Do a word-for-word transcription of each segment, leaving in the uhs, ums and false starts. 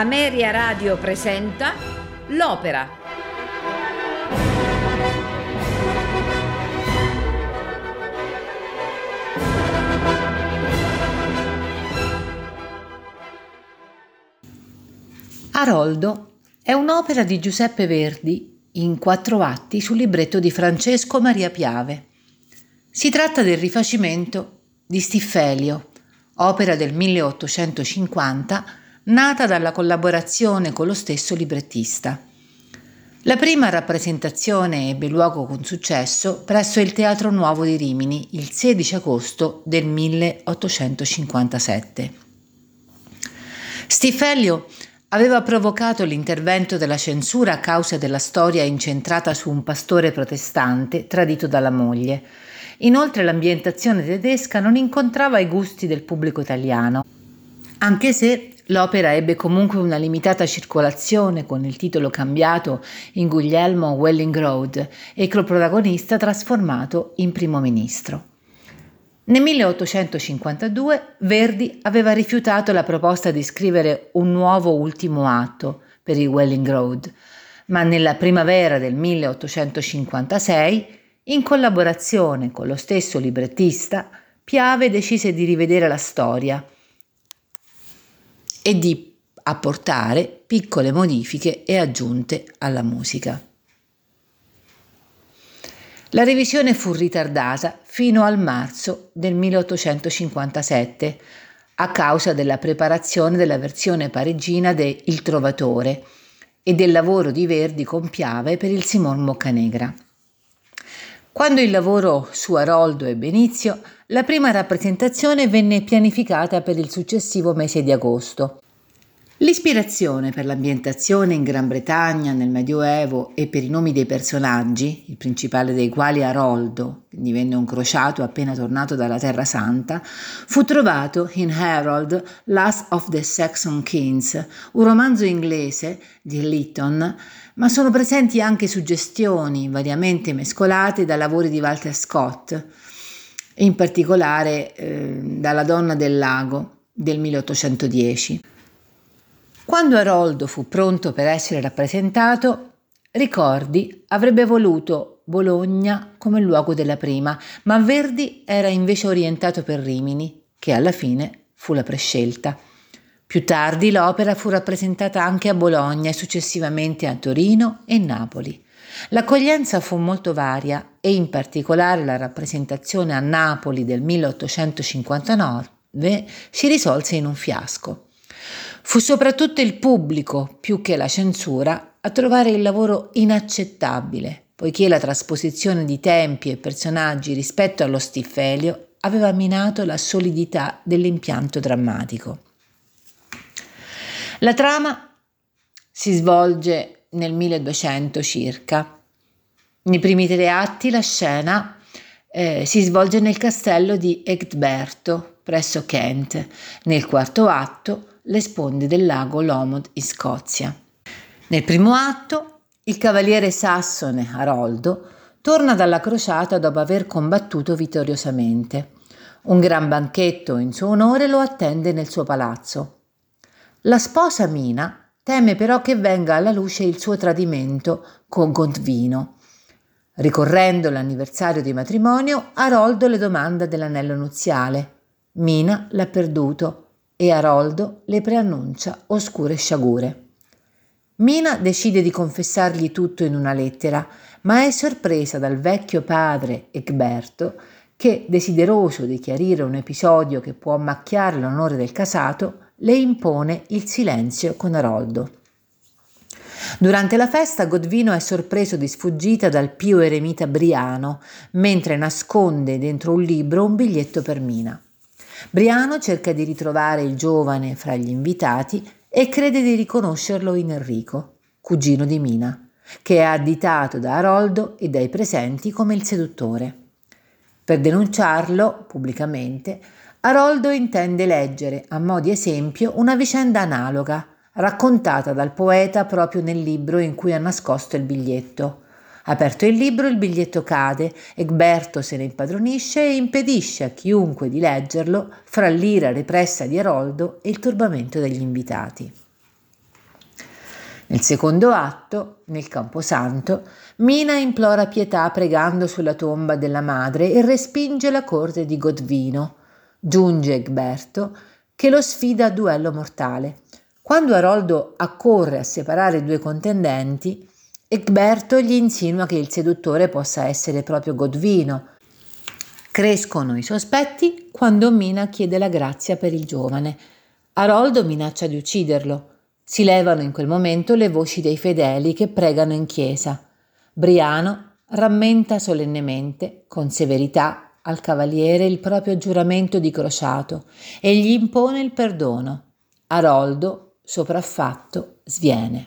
Ameria Radio presenta L'Opera. Aroldo è un'opera di Giuseppe Verdi in quattro atti sul libretto di Francesco Maria Piave. Si tratta del rifacimento di Stiffelio, opera del milleottocentocinquanta, nata dalla collaborazione con lo stesso librettista. La prima rappresentazione ebbe luogo con successo presso il Teatro Nuovo di Rimini il sedici agosto del milleottocentocinquantasette. Stiffelio aveva provocato l'intervento della censura a causa della storia incentrata su un pastore protestante tradito dalla moglie. Inoltre l'ambientazione tedesca non incontrava i gusti del pubblico italiano, anche se l'opera ebbe comunque una limitata circolazione con il titolo cambiato in Guglielmo Wellingrode e col protagonista trasformato in primo ministro. Nel milleottocentocinquantadue Verdi aveva rifiutato la proposta di scrivere un nuovo ultimo atto per il Wellingrode, ma nella primavera del milleottocentocinquantasei, in collaborazione con lo stesso librettista, Piave decise di rivedere la storia e di apportare piccole modifiche e aggiunte alla musica. La revisione fu ritardata fino al marzo del milleottocentocinquantasette a causa della preparazione della versione parigina de Il Trovatore e del lavoro di Verdi con Piave per il Simon Boccanegra. Quando il lavoro su Aroldo ebbe inizio, la prima rappresentazione venne pianificata per il successivo mese di agosto. L'ispirazione per l'ambientazione in Gran Bretagna nel Medioevo e per i nomi dei personaggi, il principale dei quali Aroldo, che divenne un crociato appena tornato dalla Terra Santa, fu trovato in Harold, Last of the Saxon Kings, un romanzo inglese di Lytton, ma sono presenti anche suggestioni variamente mescolate da lavori di Walter Scott, in particolare eh, dalla Donna del Lago del milleottocentodieci. Quando Aroldo fu pronto per essere rappresentato, Ricordi avrebbe voluto Bologna come luogo della prima, ma Verdi era invece orientato per Rimini, che alla fine fu la prescelta. Più tardi l'opera fu rappresentata anche a Bologna e successivamente a Torino e Napoli. L'accoglienza fu molto varia e in particolare la rappresentazione a Napoli del milleottocentocinquantanove si risolse in un fiasco. Fu soprattutto il pubblico, più che la censura, a trovare il lavoro inaccettabile, poiché la trasposizione di tempi e personaggi rispetto allo Stiffelio aveva minato la solidità dell'impianto drammatico. La trama si svolge nel milleduecento circa. Nei primi tre atti la scena eh, si svolge nel castello di Egberto, presso Kent. Nel quarto atto le sponde del lago Lomond in Scozia. Nel primo atto il cavaliere sassone Aroldo torna dalla crociata dopo aver combattuto vittoriosamente. Un gran banchetto in suo onore lo attende nel suo palazzo. La sposa Mina teme però che venga alla luce il suo tradimento con Gondvino. Ricorrendo l'anniversario di matrimonio, Aroldo le domanda dell'anello nuziale. Mina l'ha perduto e Aroldo le preannuncia oscure sciagure. Mina decide di confessargli tutto in una lettera, ma è sorpresa dal vecchio padre Egberto che, desideroso di chiarire un episodio che può macchiare l'onore del casato, le impone il silenzio con Aroldo. Durante la festa Godvino è sorpreso di sfuggita dal pio eremita Briano, mentre nasconde dentro un libro un biglietto per Mina. Briano cerca di ritrovare il giovane fra gli invitati e crede di riconoscerlo in Enrico, cugino di Mina, che è additato da Aroldo e dai presenti come il seduttore. Per denunciarlo pubblicamente, Aroldo intende leggere a mo' di esempio una vicenda analoga, raccontata dal poeta proprio nel libro in cui ha nascosto il biglietto. Aperto il libro, il biglietto cade, Egberto se ne impadronisce e impedisce a chiunque di leggerlo fra l'ira repressa di Aroldo e il turbamento degli invitati. Nel secondo atto, nel Camposanto, Mina implora pietà pregando sulla tomba della madre e respinge la corte di Godvino. Giunge Egberto, che lo sfida a duello mortale. Quando Aroldo accorre a separare i due contendenti, Egberto gli insinua che il seduttore possa essere proprio Godvino. Crescono i sospetti quando Mina chiede la grazia per il giovane. Aroldo minaccia di ucciderlo. Si levano in quel momento le voci dei fedeli che pregano in chiesa. Briano rammenta solennemente, con severità, al cavaliere il proprio giuramento di crociato e gli impone il perdono. Aroldo, sopraffatto, sviene.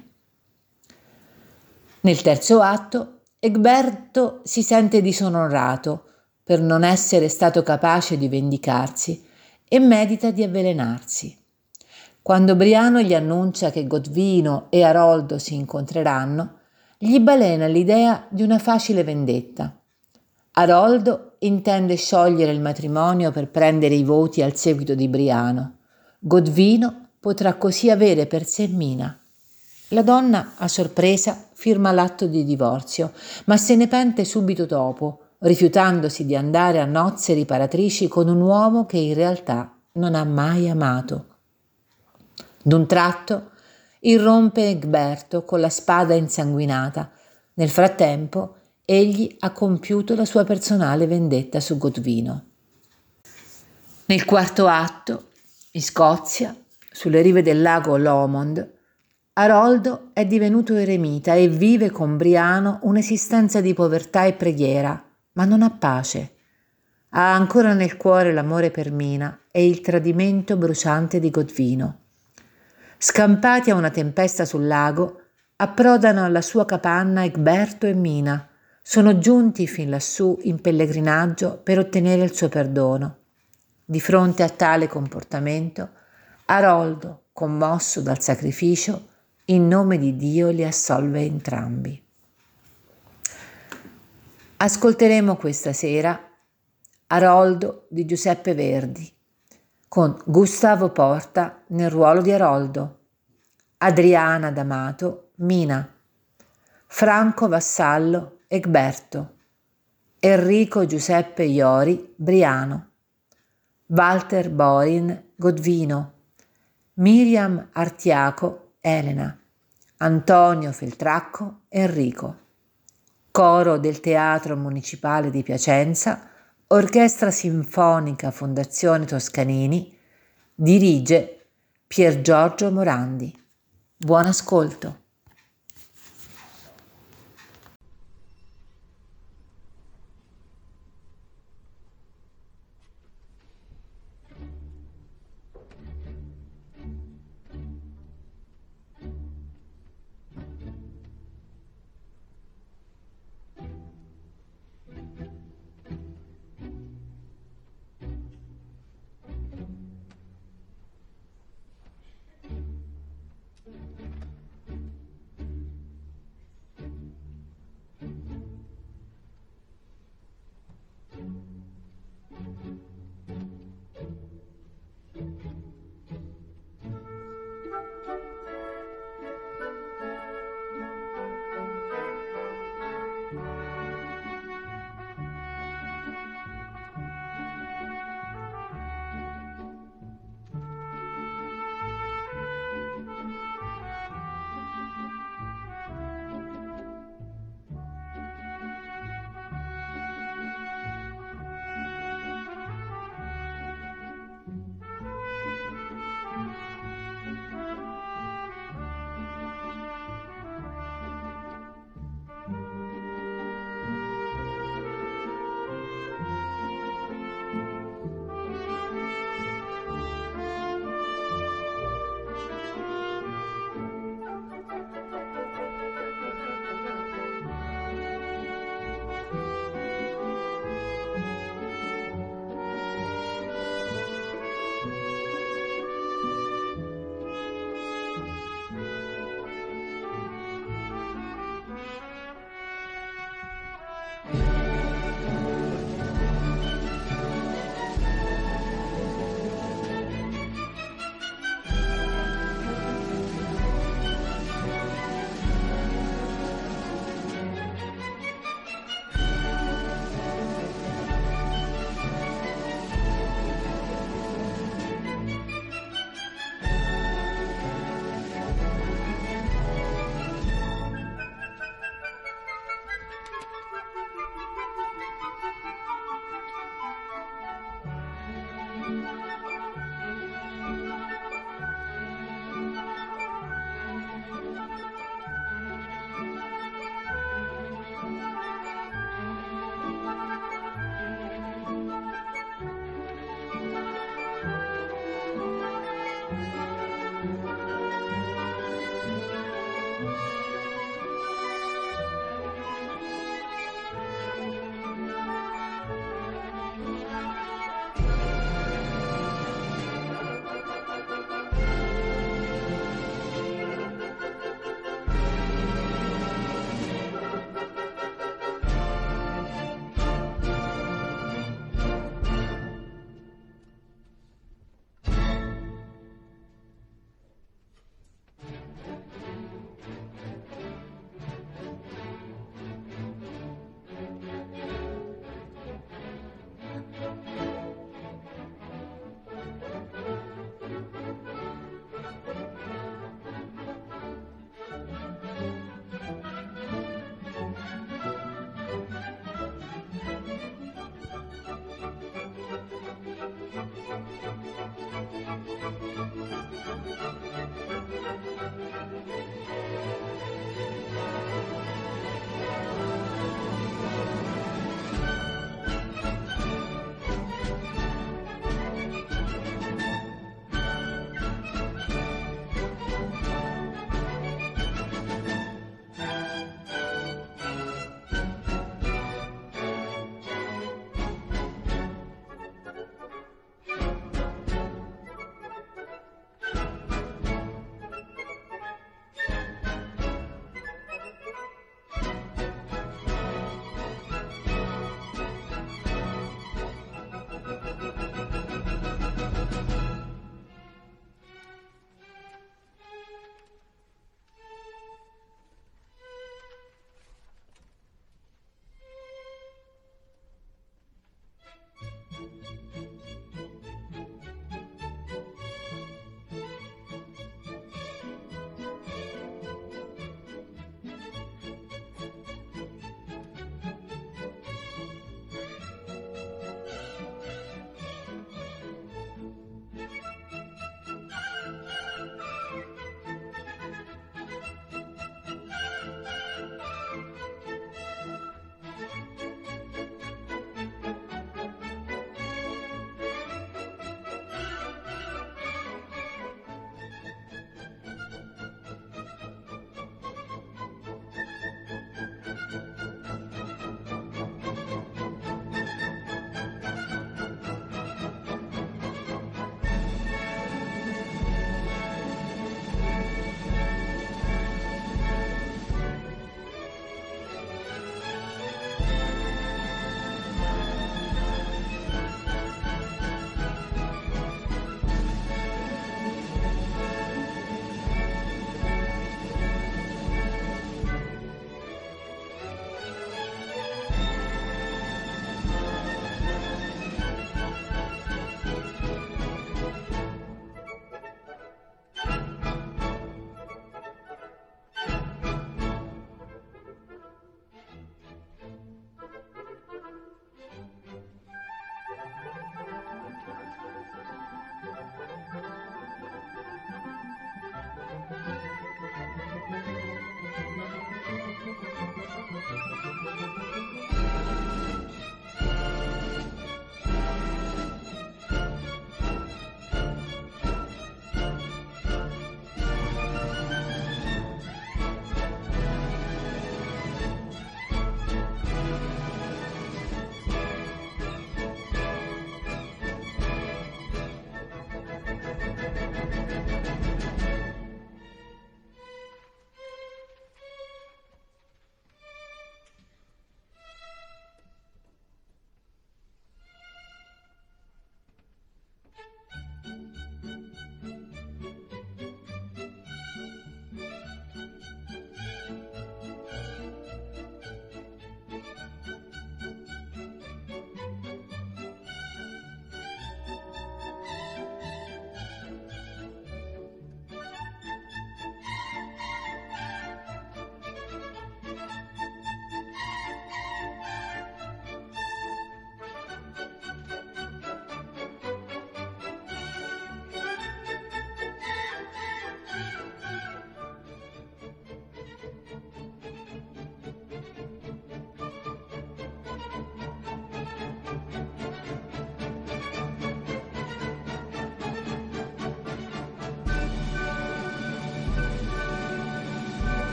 Nel terzo atto, Egberto si sente disonorato per non essere stato capace di vendicarsi e medita di avvelenarsi. Quando Briano gli annuncia che Godvino e Aroldo si incontreranno, gli balena l'idea di una facile vendetta. Aroldo intende sciogliere il matrimonio per prendere i voti al seguito di Briano. Godvino potrà così avere per sé Mina. La donna, a sorpresa, firma l'atto di divorzio, ma se ne pente subito dopo, rifiutandosi di andare a nozze riparatrici con un uomo che in realtà non ha mai amato. D'un tratto irrompe Egberto con la spada insanguinata. Nel frattempo egli ha compiuto la sua personale vendetta su Godvino. Nel quarto atto, in Scozia, sulle rive del lago Lomond, Aroldo è divenuto eremita e vive con Briano un'esistenza di povertà e preghiera, ma non ha pace. Ha ancora nel cuore l'amore per Mina e il tradimento bruciante di Godvino. Scampati a una tempesta sul lago, approdano alla sua capanna Egberto e Mina. Sono giunti fin lassù in pellegrinaggio per ottenere il suo perdono. Di fronte a tale comportamento, Aroldo, commosso dal sacrificio, in nome di Dio li assolve entrambi. Ascolteremo questa sera Aroldo di Giuseppe Verdi, con Gustavo Porta nel ruolo di Aroldo, Adriana D'Amato, Mina, Franco Vassallo, Egberto, Enrico Giuseppe Iori, Briano, Walter Borin, Godvino, Miriam Artiaco, Elena, Antonio Feltracco, Enrico. Coro del Teatro Municipale di Piacenza, Orchestra Sinfonica Fondazione Toscanini, dirige Pier Giorgio Morandi. Buon ascolto.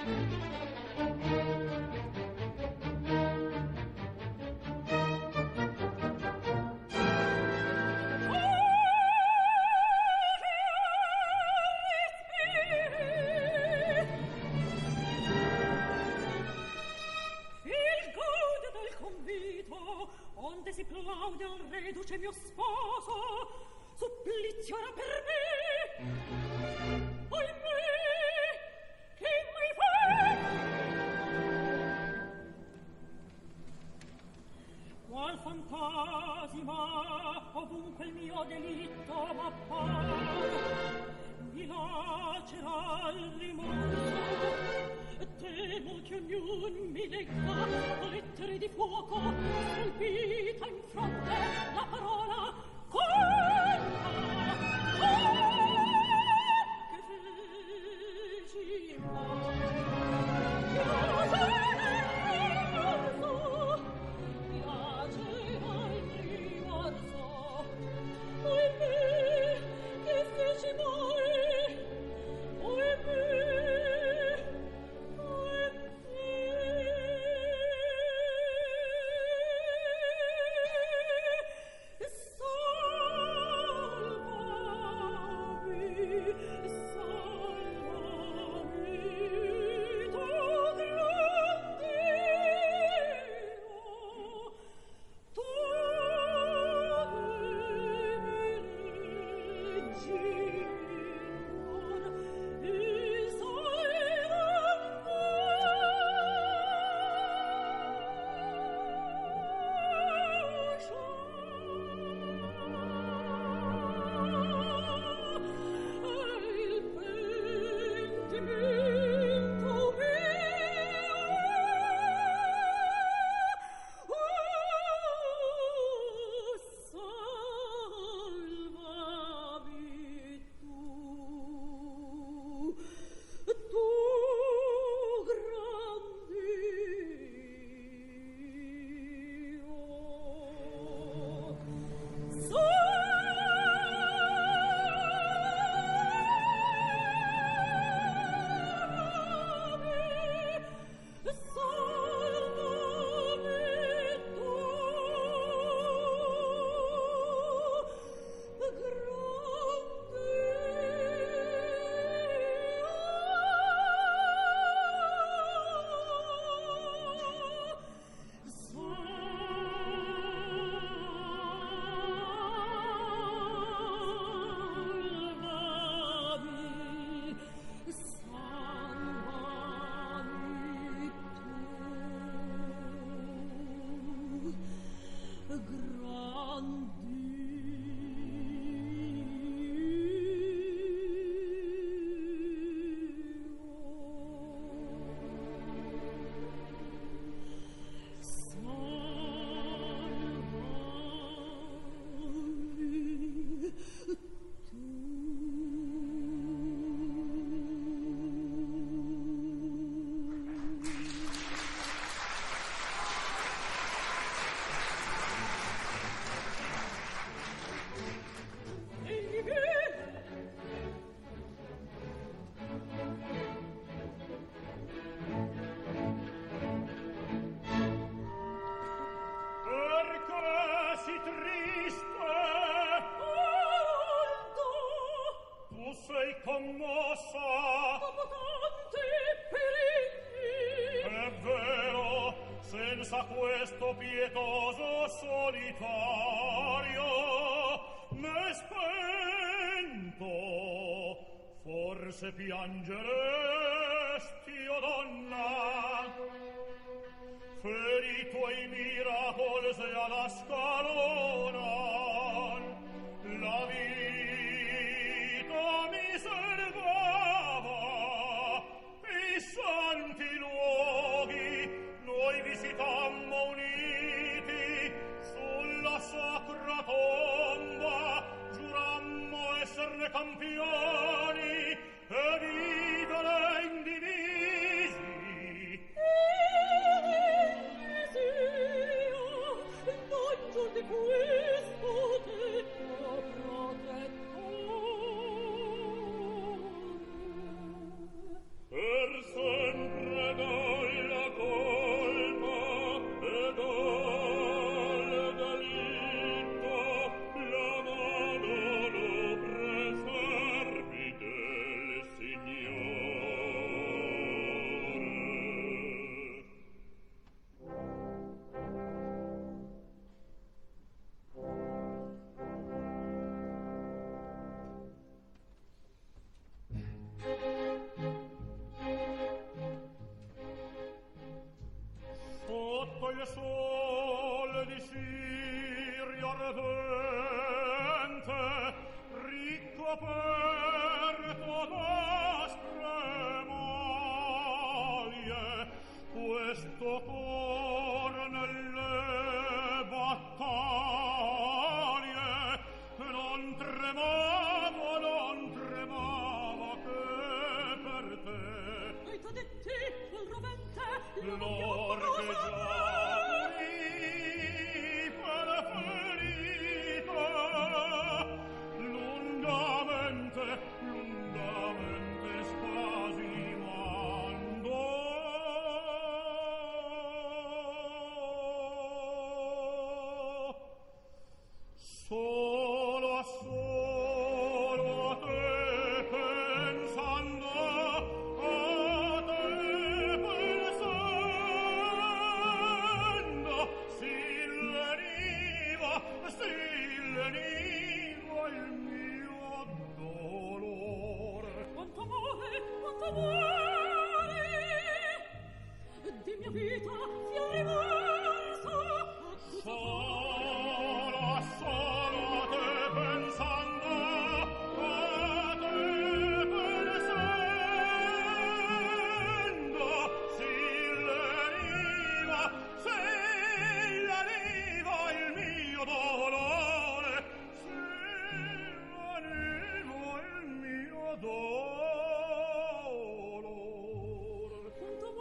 Onde si plaude al reduce mio sposo, supplizio era per me. Oimè, che mai fa? Qual fantasima ovunque il mio delitto m'appare, mi lacera il rimorso. Temo che ognun mi legga lettere di fuoco, colpita in fronte la parola colpa. Oh, che feci mi piaceva il rimorso. Oimè, che feci mai? Oimè,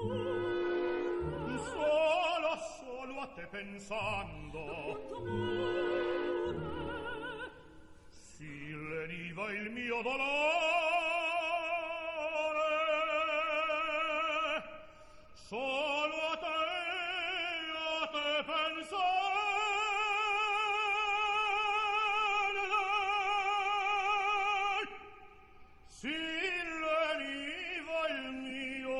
Solo, solo a te pensando, si leniva il mio dolore. Solo a te, a te pensare, si leniva il mio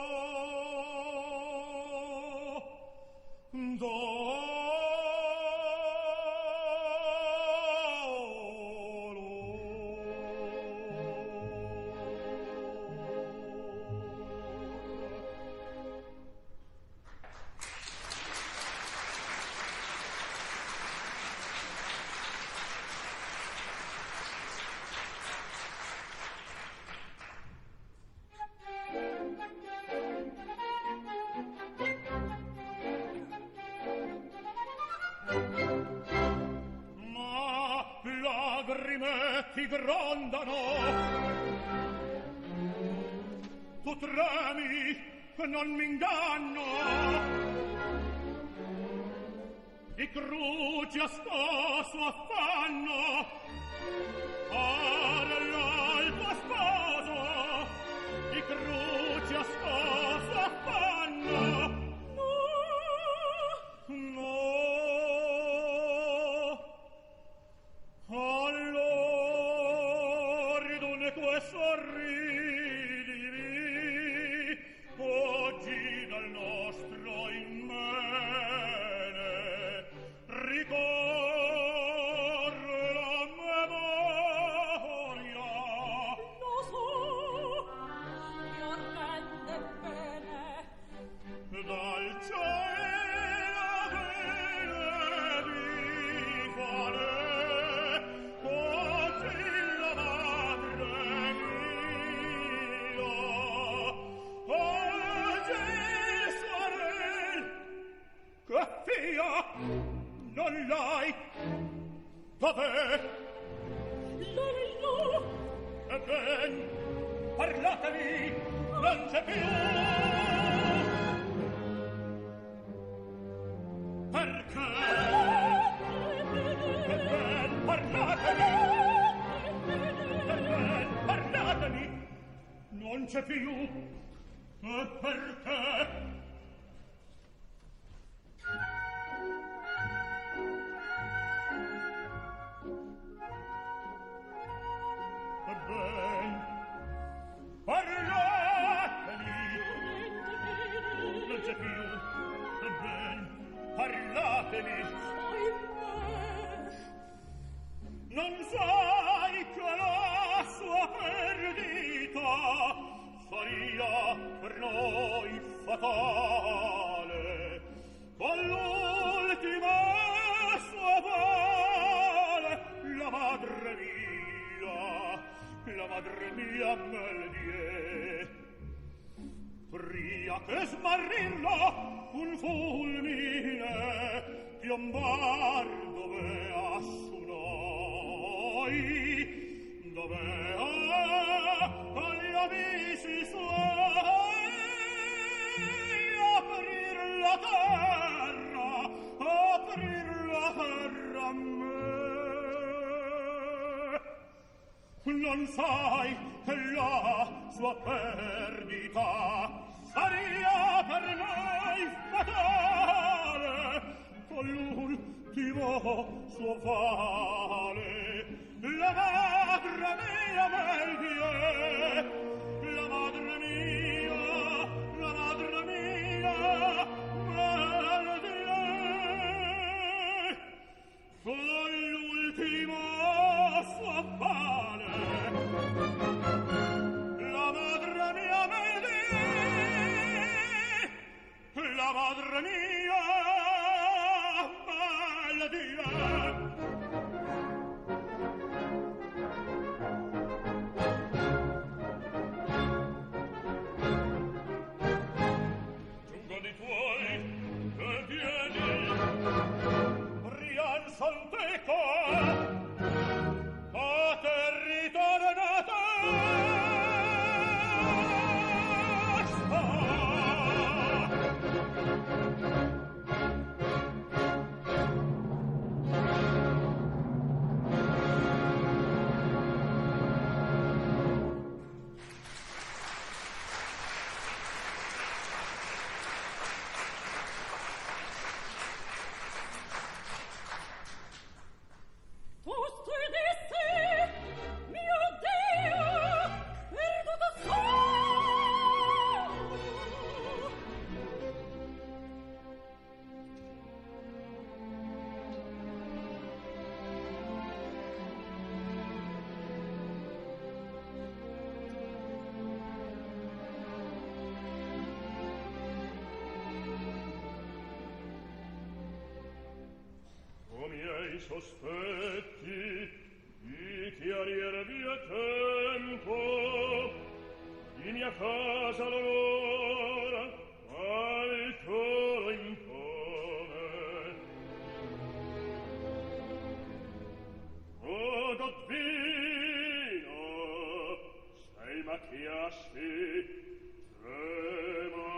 ti grondano, tu tremi, non m'inganno, di cruci a sposo affanno, ora l'alto sposo, di cruci a sposo affanno. No, no, allora dunque sorridi, oggi dal nostro immene ricorre la memoria. Lo so, mi orrende bene, dal cielo benedicale, oggi la madre mia, oggi sorel, che fia, non l'hai, dov'è? lei no, E ben, parlatemi, non c'è più. Perché? E ben, parlatemi, e ben, parlatemi, non c'è più. E perché? E ben, parlatemi, non c'è più. E ben, parlatemi. Non sai che la sua perdita saria per noi fatale, con l'ultima sua vale, la madre mia, la madre mia me le die. Pria che smarrirla un fulmine piombar dovea su noi, dovea agli amici suoi aprir la terra, aprir la terra a me. Non sai che la sua perdita saria per noi fatale, con l'ultimo suo vale, la madre mia me die, la madre mia, la madre mia me die, con l'ultimo suo vale, la madre mia me die, la madre mia me die. miei sospetti di chiarirvi a tempo di mia casa l'onora altro lo impone. O Godvino, sei macchiasti, trema.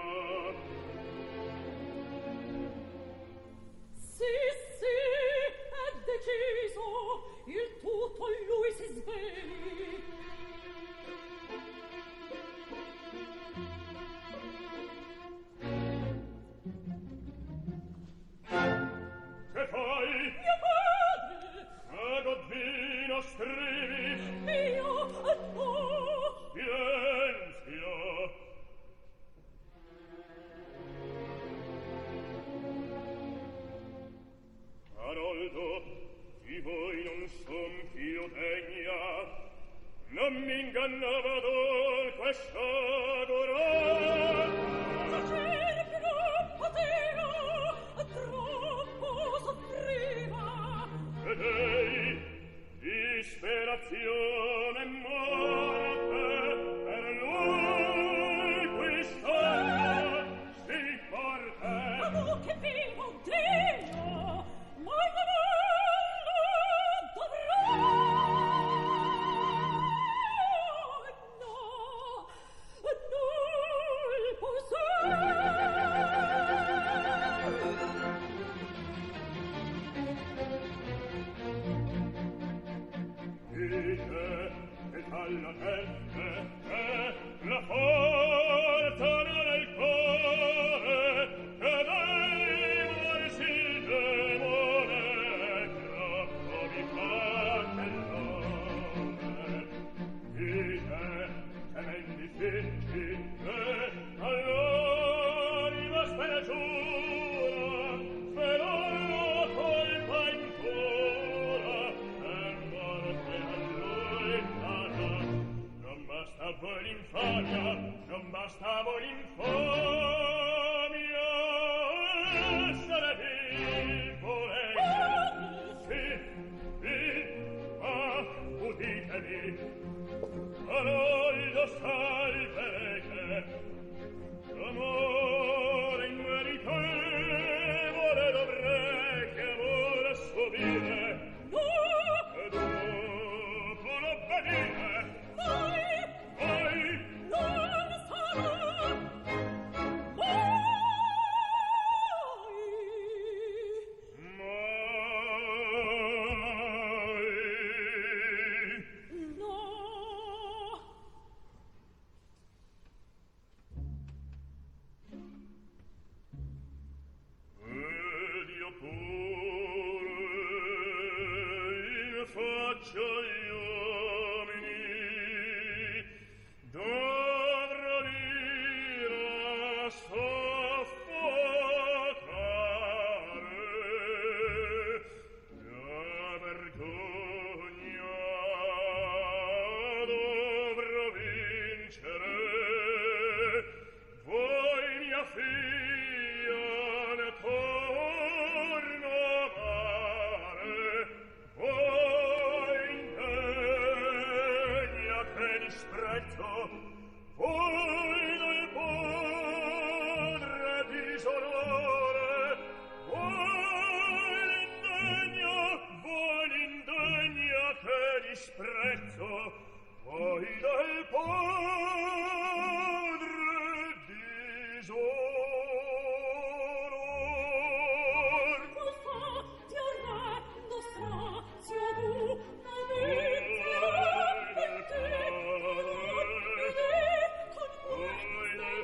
Sì, sì, è deciso, il tutto lui si svegli. Che fai? Mio padre! A Godvino scrivi? Io? No! Silenzio! Aroldo, di voi non son più degna, non m'ingannava dunque sciagura. Tacer troppo tira, troppo soffriva. Vedei, disperazione e morte, per lui qui sta, si forte. Ma tu che vivo, Dio, ma il modello dovrà. No, no, il Dite che dalla mente è la forza nel cuore che dei morsi demone troppo mi fa nell'ore. Dite che men difficile all'anima spergiura svelando colpa impura e morte a lui cara. Non basta voi l'infamia, non basta voi l'infamia, essere vivo lei. Sì, sì, ah, uditemi, Aroldo salverete, l'amore immeritevole dovrei che ora subire. No! E dopo l'obbedire, Vai! vai, Non sarà mai! mai. No! Ed io pure in faccia agli uomini dovrò dire a soffocare la vergogna dovrò vincere. Voi mia figlia ne torno amare, voi indegna che disprezzo, voi del padre disonore, voi l'indegna, voi l'indegna che disprezzo, voi del padre disonor. Cosa ti arrendo strazio tu, malizia per te, con Voi del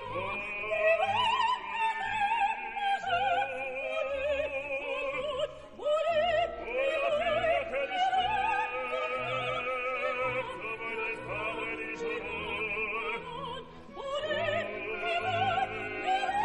padre disonor.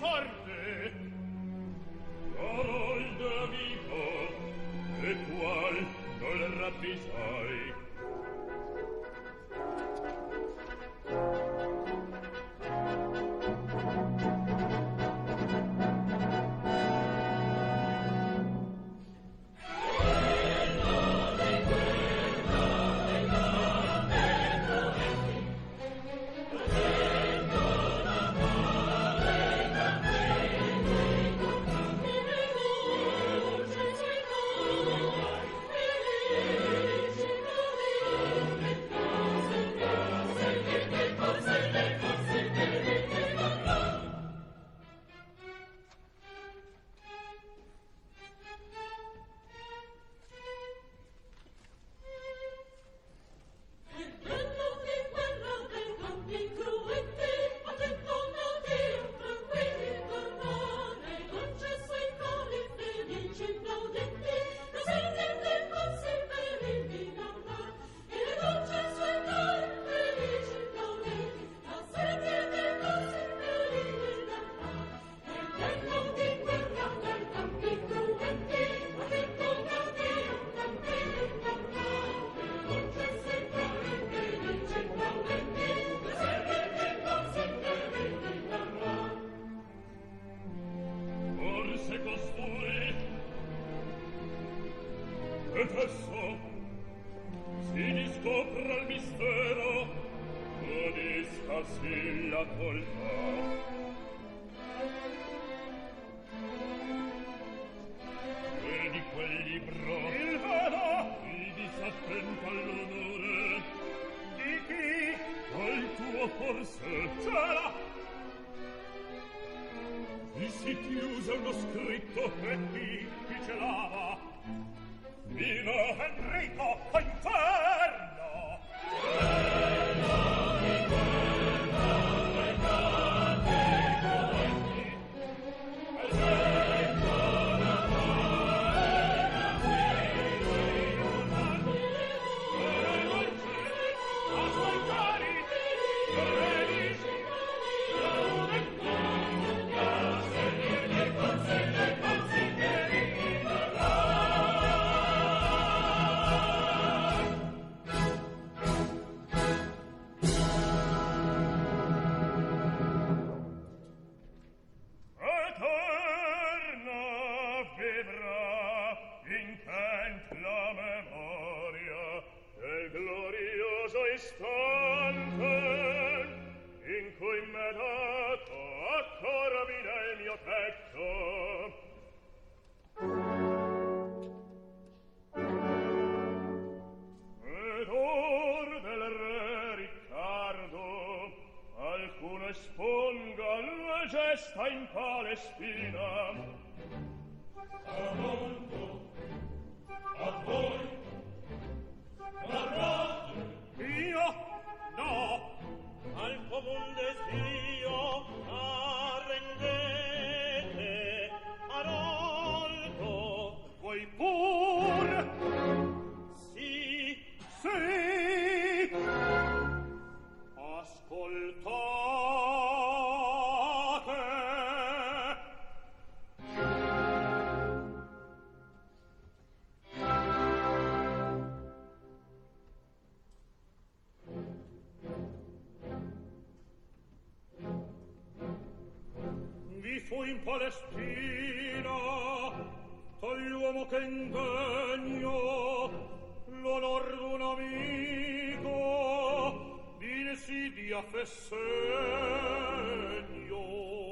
sorte. Harold amico, e qual non ravvisai. ed esso si discopra il mistero, uniscasi la colpa. E di quel libro il vero il disattento all'onore di chi? Al tuo forse c'era. Vi si chiuse uno scritto e chi chi celava? Viva Enrico Inferno! Esponga la gesta in Palestina. A molto, a voi, guardate. Io? No. Al comune desio arrendete. Aroldo, voi pur? Sì. Sì. Ascoltate. Vi fu in Palestina tal uomo che indegno l'onor d'un amico d'insidia fe segno.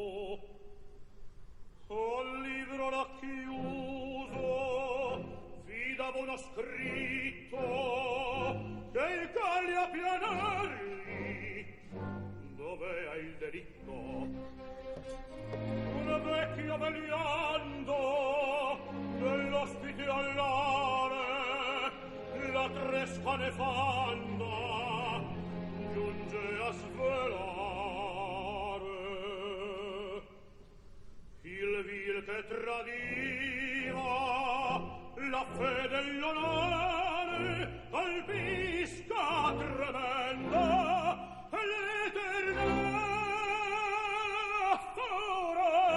Al libro racchiuso fidava uno scritto del Gallia Pianelli, dove è il delitto. Un vecchio vegliando dell'ospite all'are la tresca nefanda giunge a svelare. Il vil che tradiva la fede e l'onore colpisca tremenda l'eterna furore.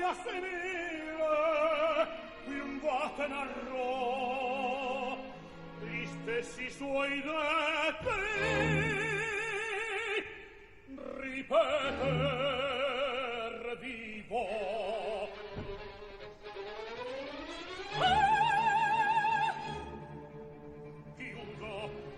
a seguire qui un voto narrò gli stessi suoi detti ripeter vivo. Chiuso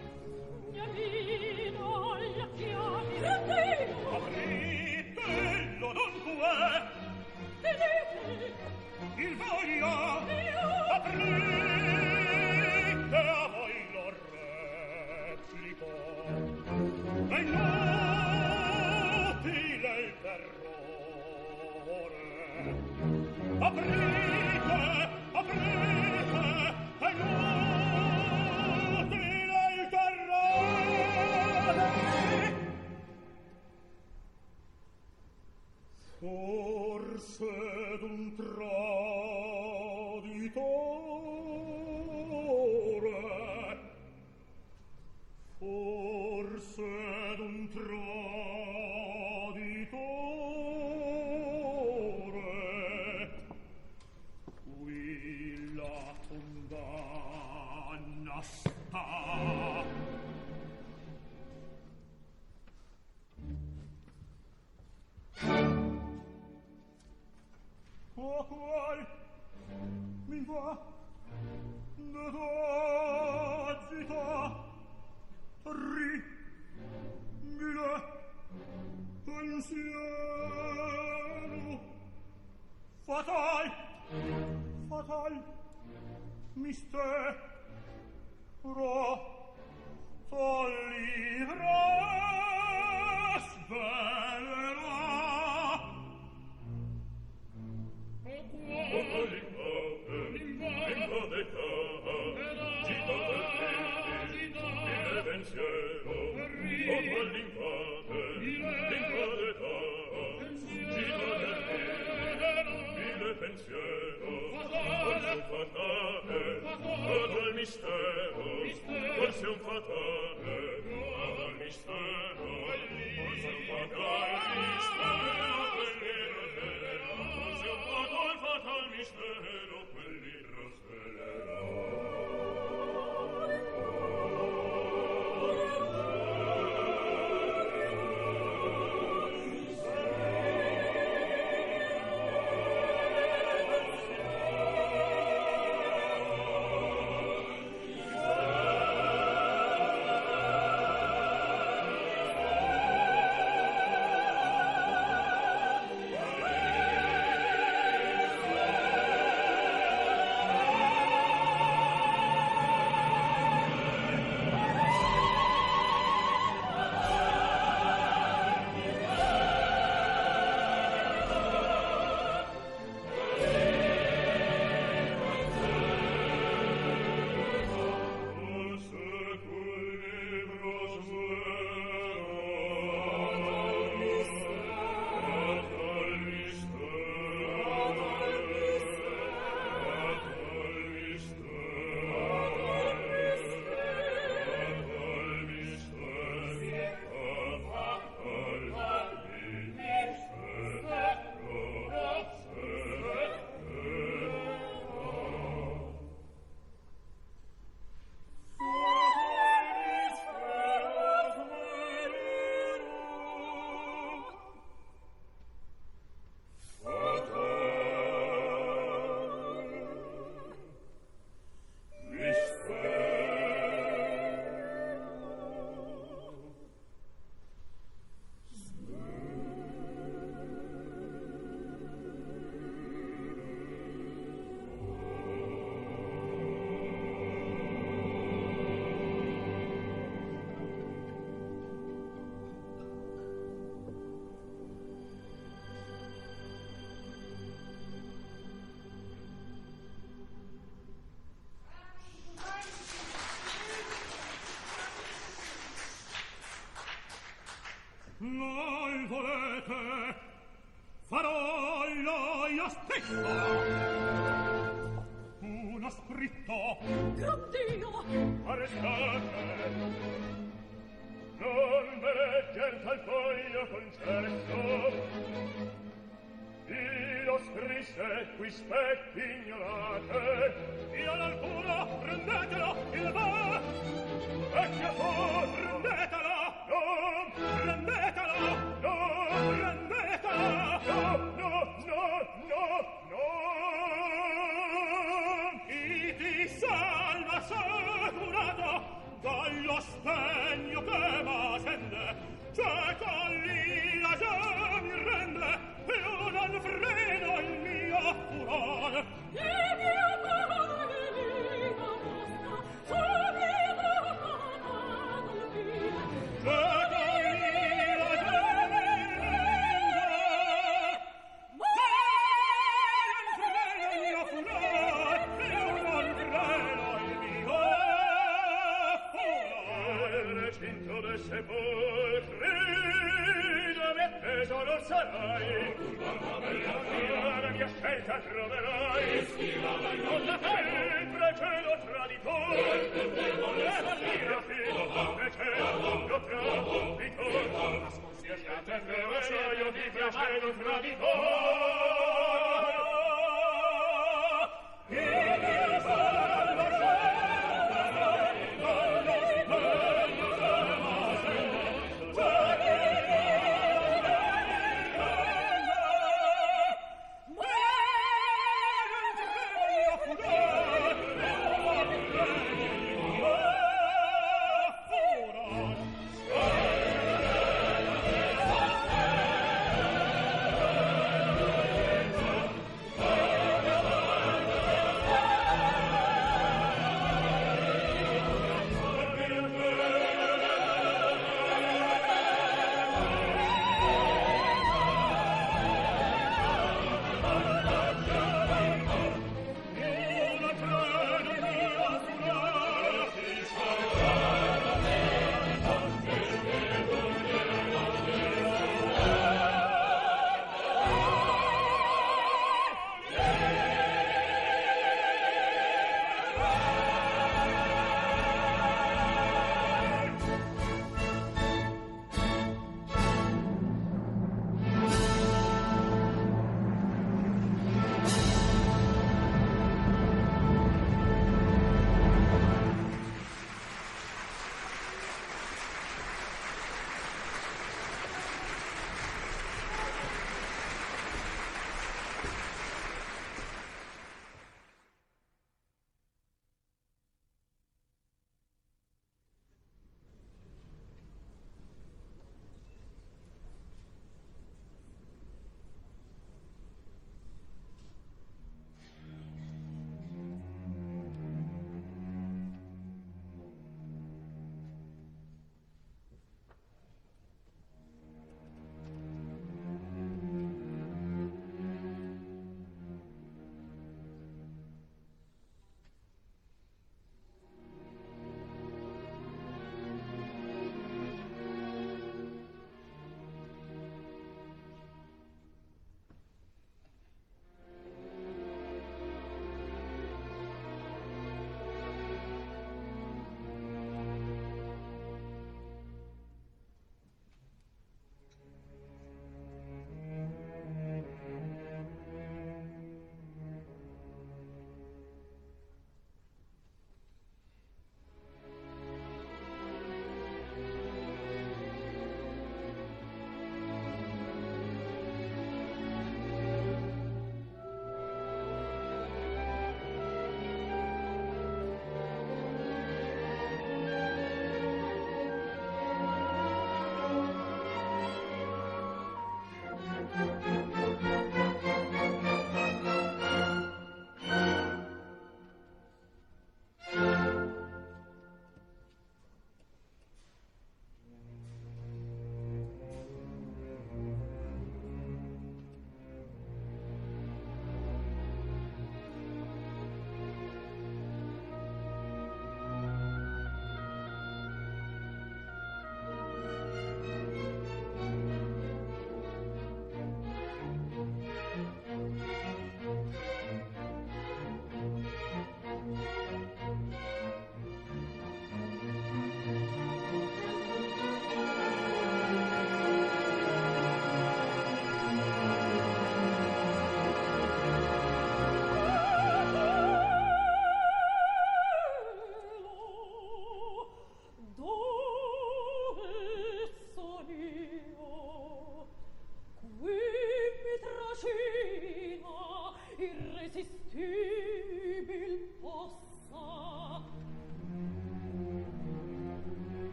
Gnamino alla chiave Gnamino apritello dunque tenete il voglia io aprite a voi lo replico è inutile il terrore aprite aprite è inutile il terrore forse d'un traditore forse d'un traditore qui la condanna sta. Oh, qual mi va d'agita terribile pensiero fatal fatal mistero tollirà svelerà. Forse un fatale, fatal mistero, forse un fatal mistero, forse un fatal fatal mistero, quel libro svelerà. Noi volete farò io stessa uno scritto Gran Dio! arrestate non ve legger tal foglio concesso Chi lo scrisse qui spetti ignorate? Io l'alcuna, prendetelo, il va! Vecchia fu, prendetelo! No, prendetelo! No, prendetelo! No, no, no, no, no! Chi ti salva assicurato dallo spegno che m'ascende, cioè con l'ira già mi rende, io non freno il mio furore. Il mio padre vita vostra, subito a colpire. Cioè con l'ira già mi rende, ma non freno il mio furore, io non freno il mio furore. Il recinto del sepolcri dove appeso non sarai, la mia scelta troverai, con la pietra che lo traditore, la mattina fino che c'è lo traditore, sia scelta troverai, io ti fece lo traditore. Io salvo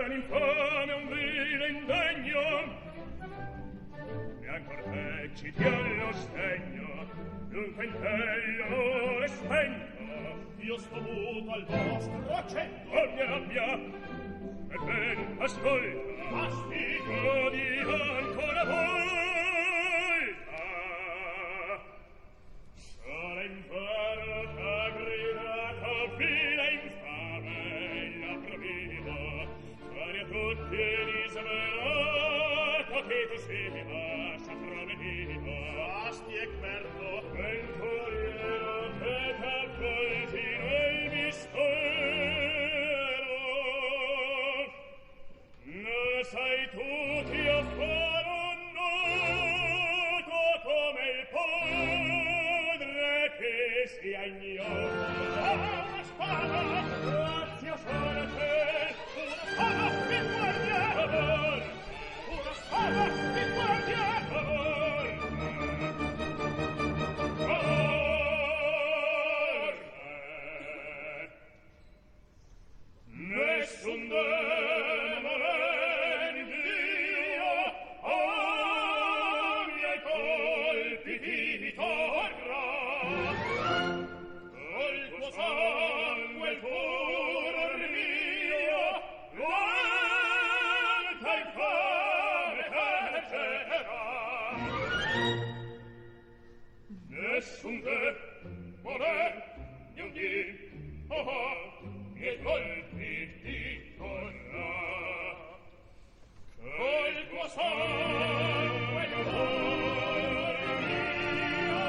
un infame, un vile indegno, e ancor te ci ti allo stegno, dunque in te l'amore spegno. Io sto muto al vostro accento, oh mia rabbia, e ben ascolta, basti, godi ancora volta. Sola inferta, gridata, vile infame, la provida, fare a tutti disvelata che tu sia sacramentino. Basti, Egberto, venturiero, che t'accolti nel mistero. Ne sai tutti a fare un noto come il padre che sia ignoro. Ah, una spada! Grazie sono a te! Una spada che guardia! Amor! Una spada che guardia! Amor! Amor! Nessun demone in Dio a miei colpi ti torrà. Col tuo sangue il furor mio l'alta infame caccerà. Nessun demone in Dio a miei colpi ti torrà. Col tuo sangue il furor mio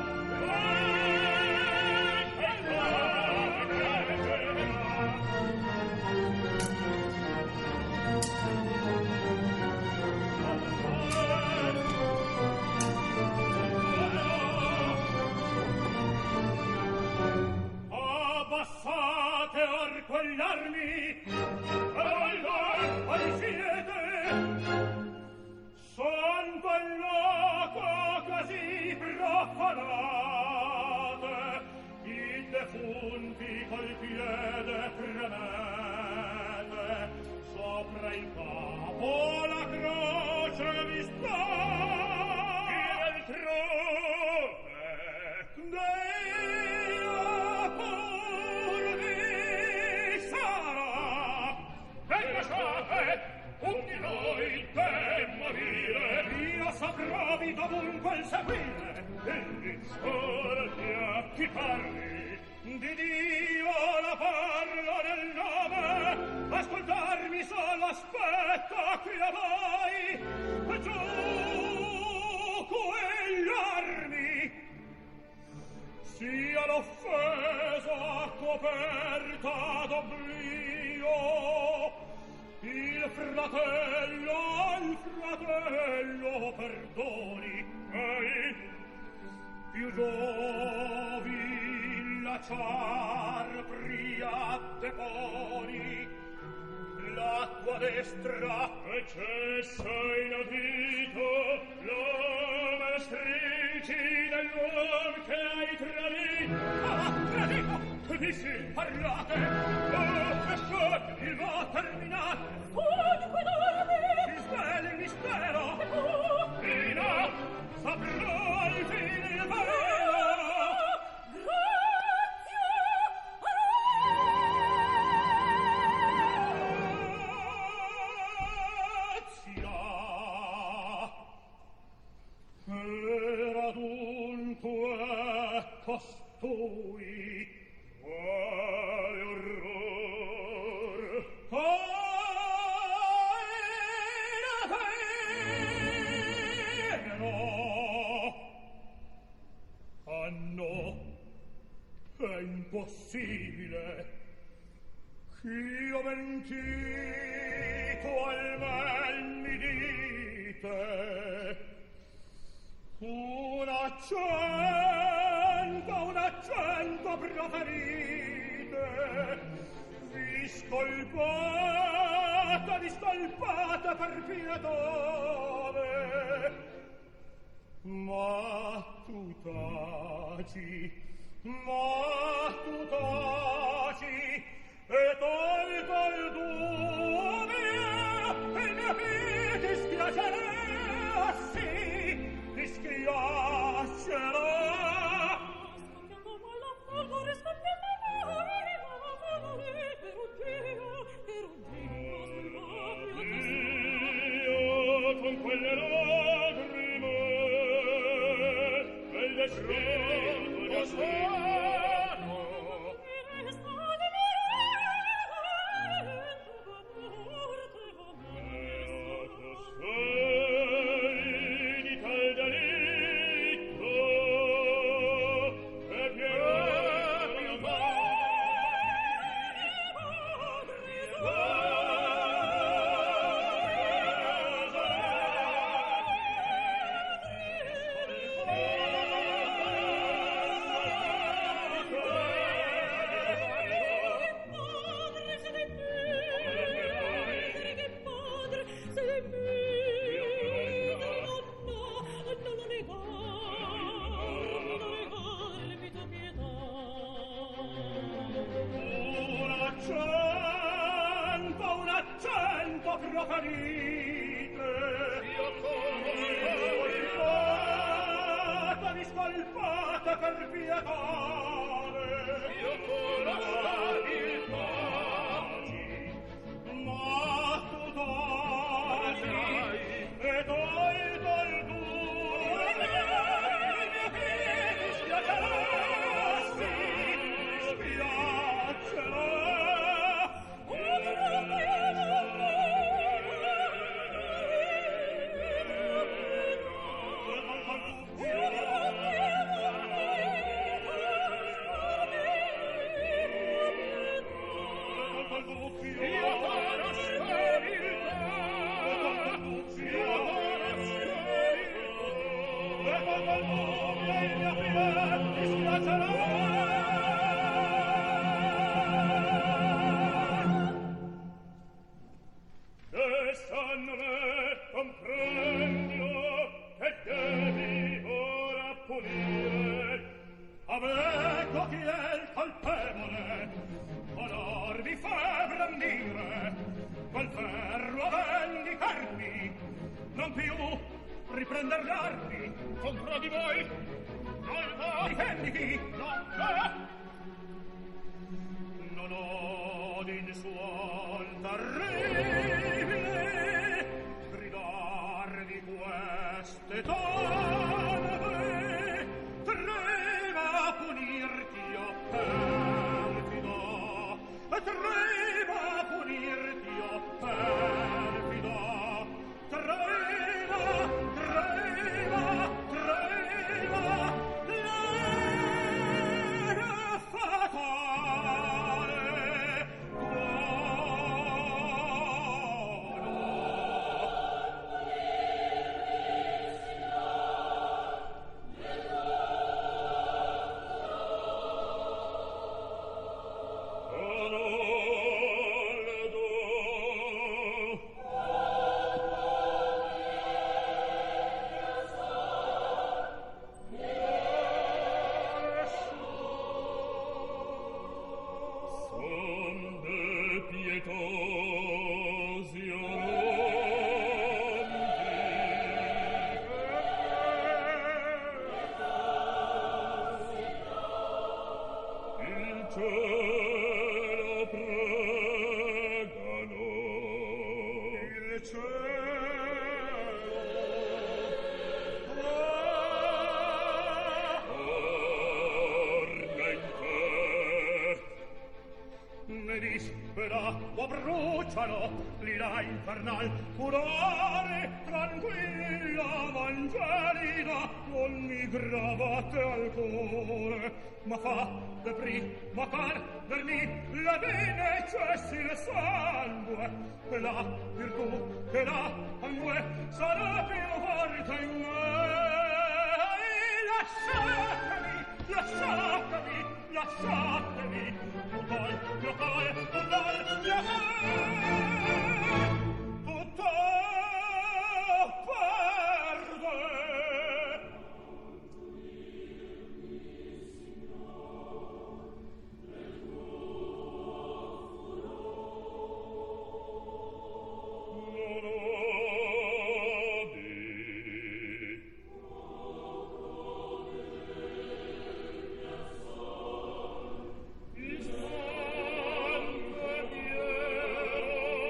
l'alta infame caccerà. Abbassate or quell'armi, allora quali siete? Santo il loco così profanate, i defunti col piede premete, sopra il capo la croce vi sta, e altrove Dio pur vi sarà. E lasciate un di noi per morire, io saprovi dovunque il seguire, e discordi a chi parli, di Dio la parlo nel nome, ascoltarmi solo aspetta qui a voi, e giù quegli armi sia l'offesa coperta d'oblio, il fratello al fratello perdoni, e più giovi lasciar pria deponi, l'acqua destra e cessa inaudito l'uomo stringi dell'uom che hai tradito. Ah, tradito! Che dissi? Parlate! Oh, lasciate! Il va terminare! Dunque dormi! Si svela il mistero! Fino! Saprò il fine il vero! Era dunque costui quale orror era vero. Ah no, è impossibile ch'io mentito almen mi dite. Un accento, un accento proferite, vi scolpate, vi scolpate per pietone, ma tu taci, ma tu taci, e tolto il tuo quelle lacrime del destino di Asano. Beato sei di tal delitto e pieno un accento, un accento proferite. Io colpata, mi scolpata per pietare. Io colpata il paci, ma tu togli e tolto il tuo. Mi spiaceresti, spiacere. Sanno me comprendilo che devi ora punire. Avecco chi è il colpevole, onor vi fa brandire, col ferro a vendicarmi, non più riprender l'armi contro di voi. Alba, difenditi, non no. Non odi il suon terribile gridar di queste tone, trema a punirti, o perfido, trema a punirti, o perfido, trema, trema, trema, l'era fatale. O bruciano l'ira infernal, furore tranquilla mangelida non mi gravate al cuore, ma fa de prima perdermi le vene cessi il sangue, e la virtù che la sangue sarà più forte in me. Lasciatemi, lasciatemi, lasciatemi, non voglio fare, non voglio fare, tutto perde. Non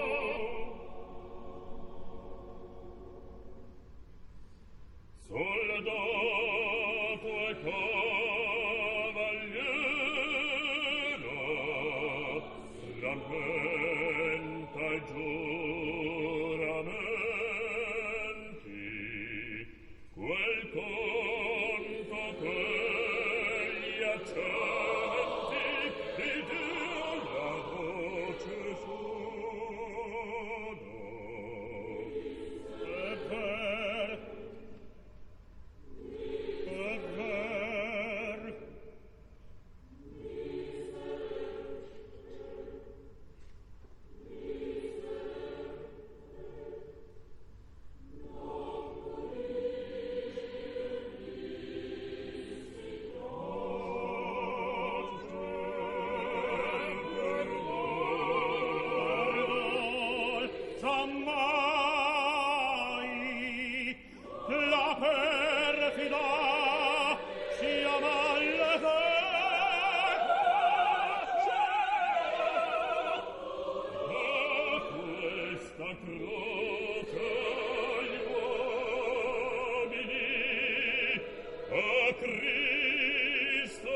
Cristo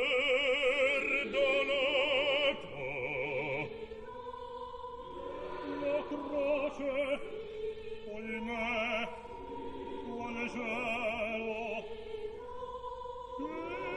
perdonato. La croce, ahimè, quale gelo, che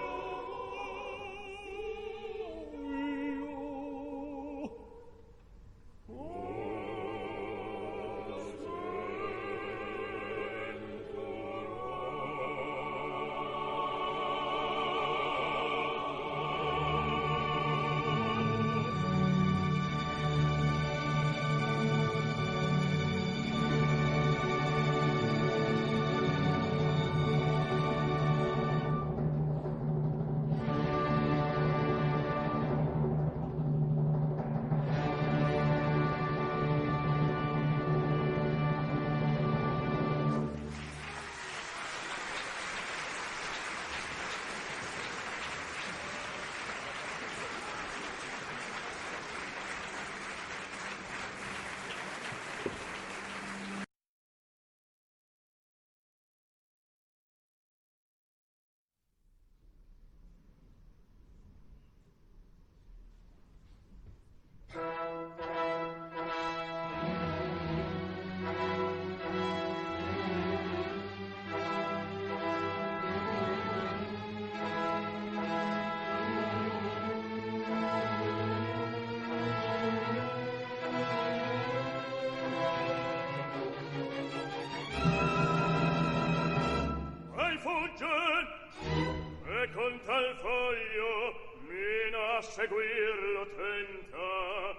con tal foglio mina a seguirlo tenta.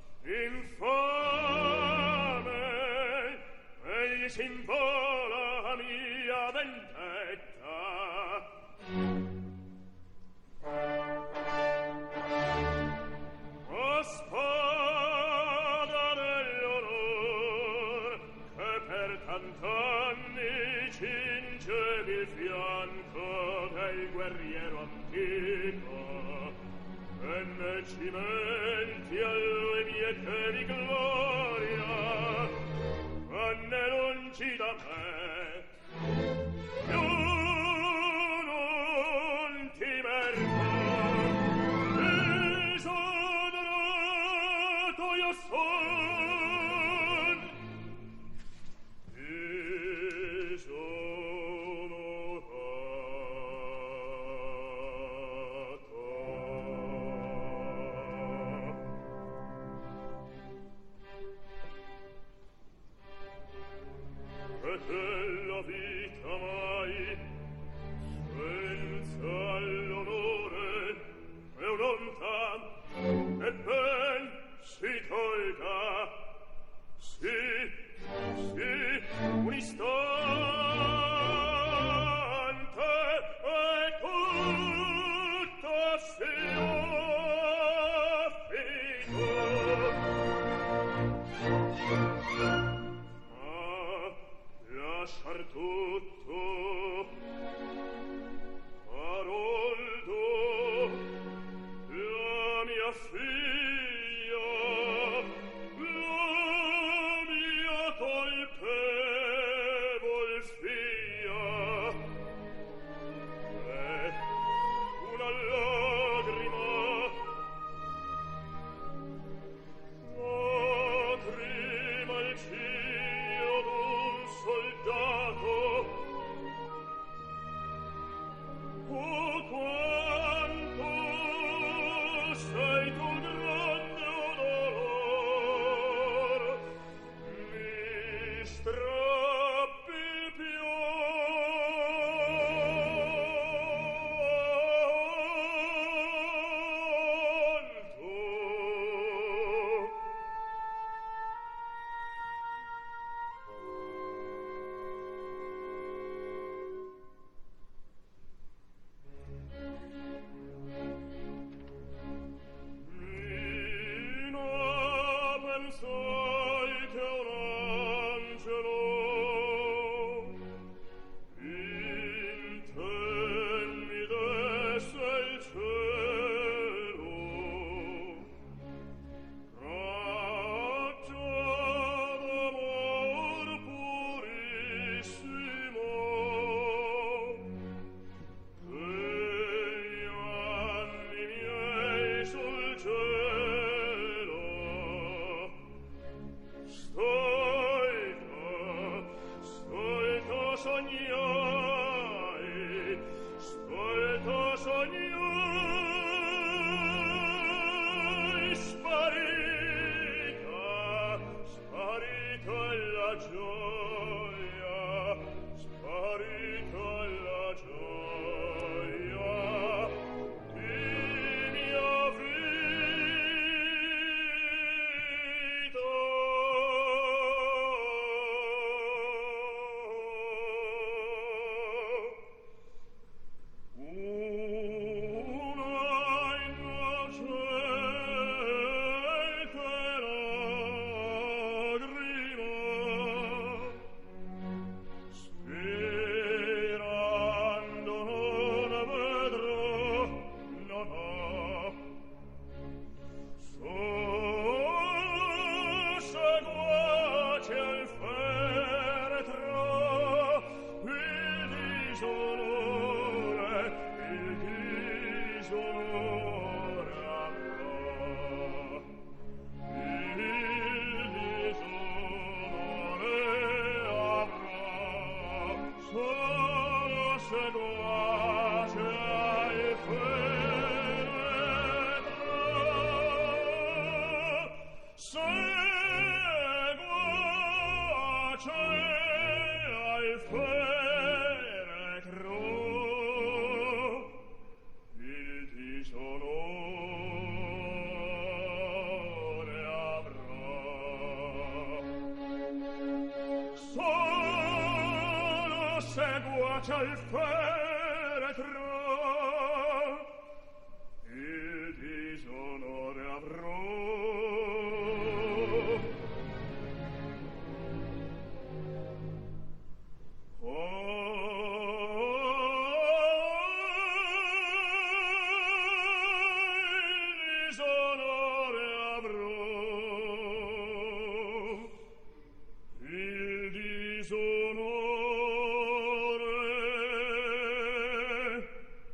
Infame, egli s'invola a mia vendetta. O spada dell'onor, che per tant'anni cingevi il fianco del guerriero antico, e ne cimenti a lui miete di gloria, vanne lungi da me, più non ti merco, disonorato io son, della vita mai senza l'onore è un'onta e ben si tolga, sì, sì, un istante e tutto sia lasciar tutto, Haroldo, la mia figlia, la mia colpevol figlia, e una lagrima, lagrima il cielo d'un soldato, sognai, stolto sognai, sparita, sparita la gioia, sparita la gioia di mia vita. Una innocente lagrima, sperando non vedrò, no, no, solo seguace al feretro il disonore, il disonore avrà, il disonore avrà, solo seguace al feretro, seguace al feretro, il disonore avrà, solo seguace al feretro, il disonore avrò. Il disonore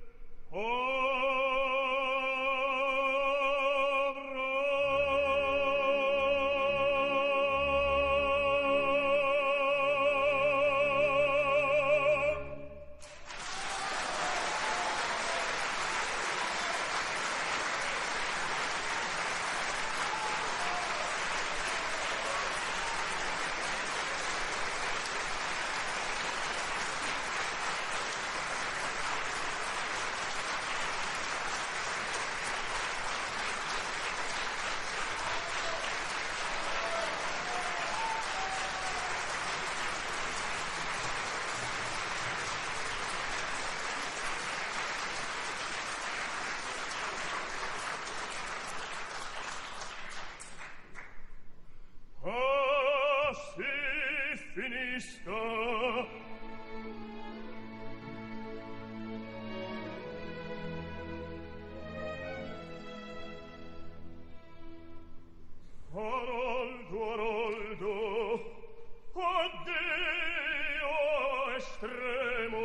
Ah, si finisca. Aroldo, Aroldo, addio estremo.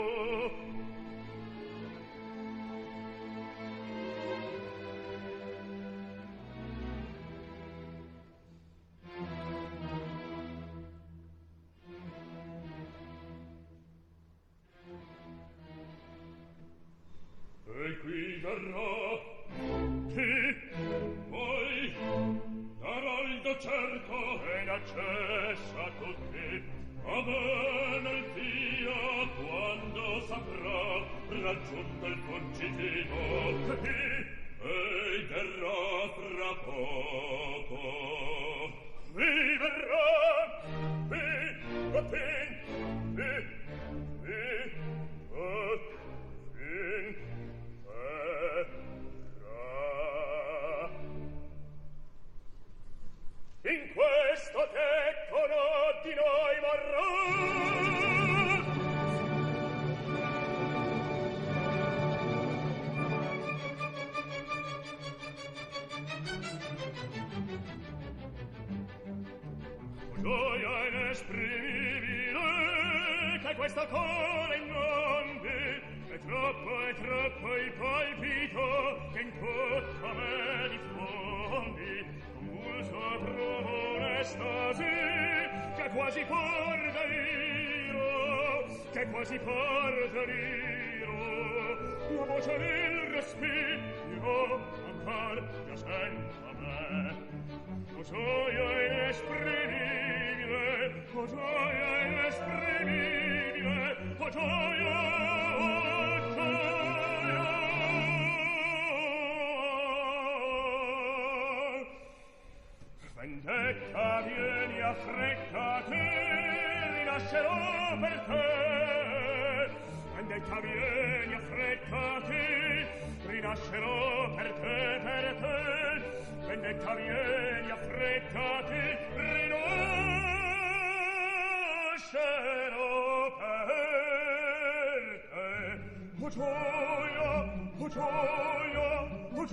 E qui verrà chi poi Aroldo certo ed accessa tutti a bene il dia quando saprà raggiunto il concitino chi e verrà fra poco vi verrà vi ottin vi vi ottin in questo tetto no di noi morrà. Gioia inesprimibile che questa cora innonde è troppo, è troppo il palpito che in tutta me diffondi. Convulso provo un'estasi che quasi por deliro, che quasi partoriro, la voce del respiro, ancor già sento a me. O gioia inesprimibile, o gioia inesprimibile, o gioia, o gioia. Vendetta, vieni affrettati, rinascerò per te. Vendetta, vieni affrettati, rinascerò per te, per te. Vendetta, vieni affrettati, rinascerò per te. O gioia, o gioia, o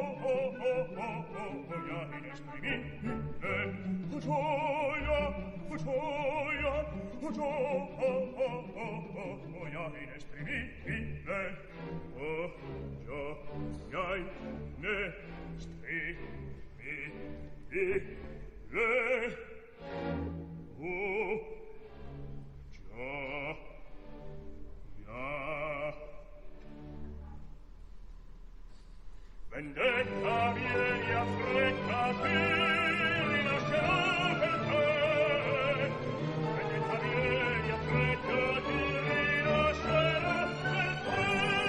gioia inesprimibile, o gioia, o gioia, o gioia inesprimibile, o gioia inesprimibile, o gioia. Vendetta, vieni affrettati, rinascerò per te. Vendetta, vieni affrettati, rinascerò per te.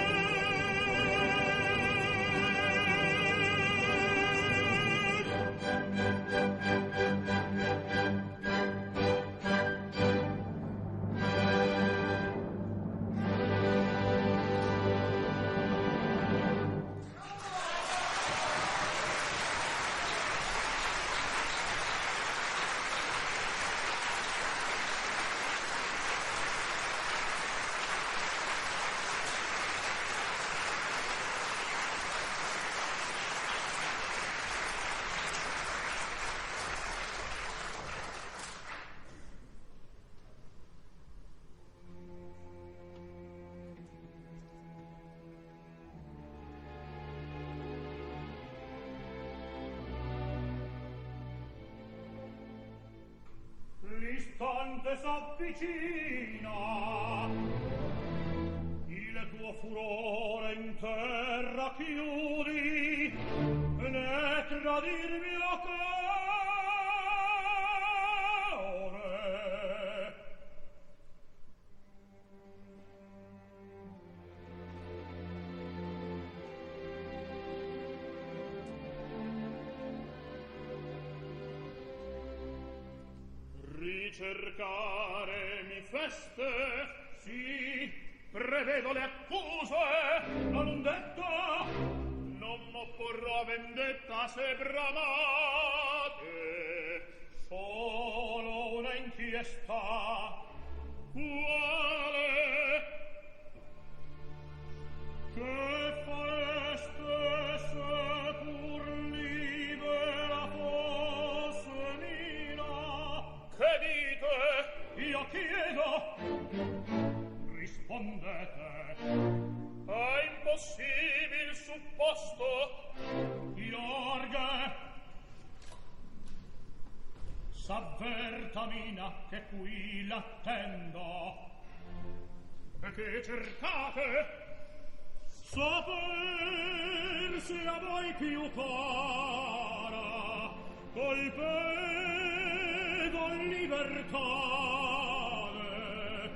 L'istante s'avvicina, il tuo furore in terra chiudi, né tradirmi a cuore. Ricercare mi feste, sì, prevedo le accuse, la non detta, non m'opporrò a vendetta se bramate, solo una inchiesta, quale? Che fareste se pur libera fosse mina? Che dite? Io chiedo. Rispondete. È impossibil supposto. Iorghe. S'avverta mina che qui l'attendo. E che cercate? Saper se a voi più cara colpedo libertade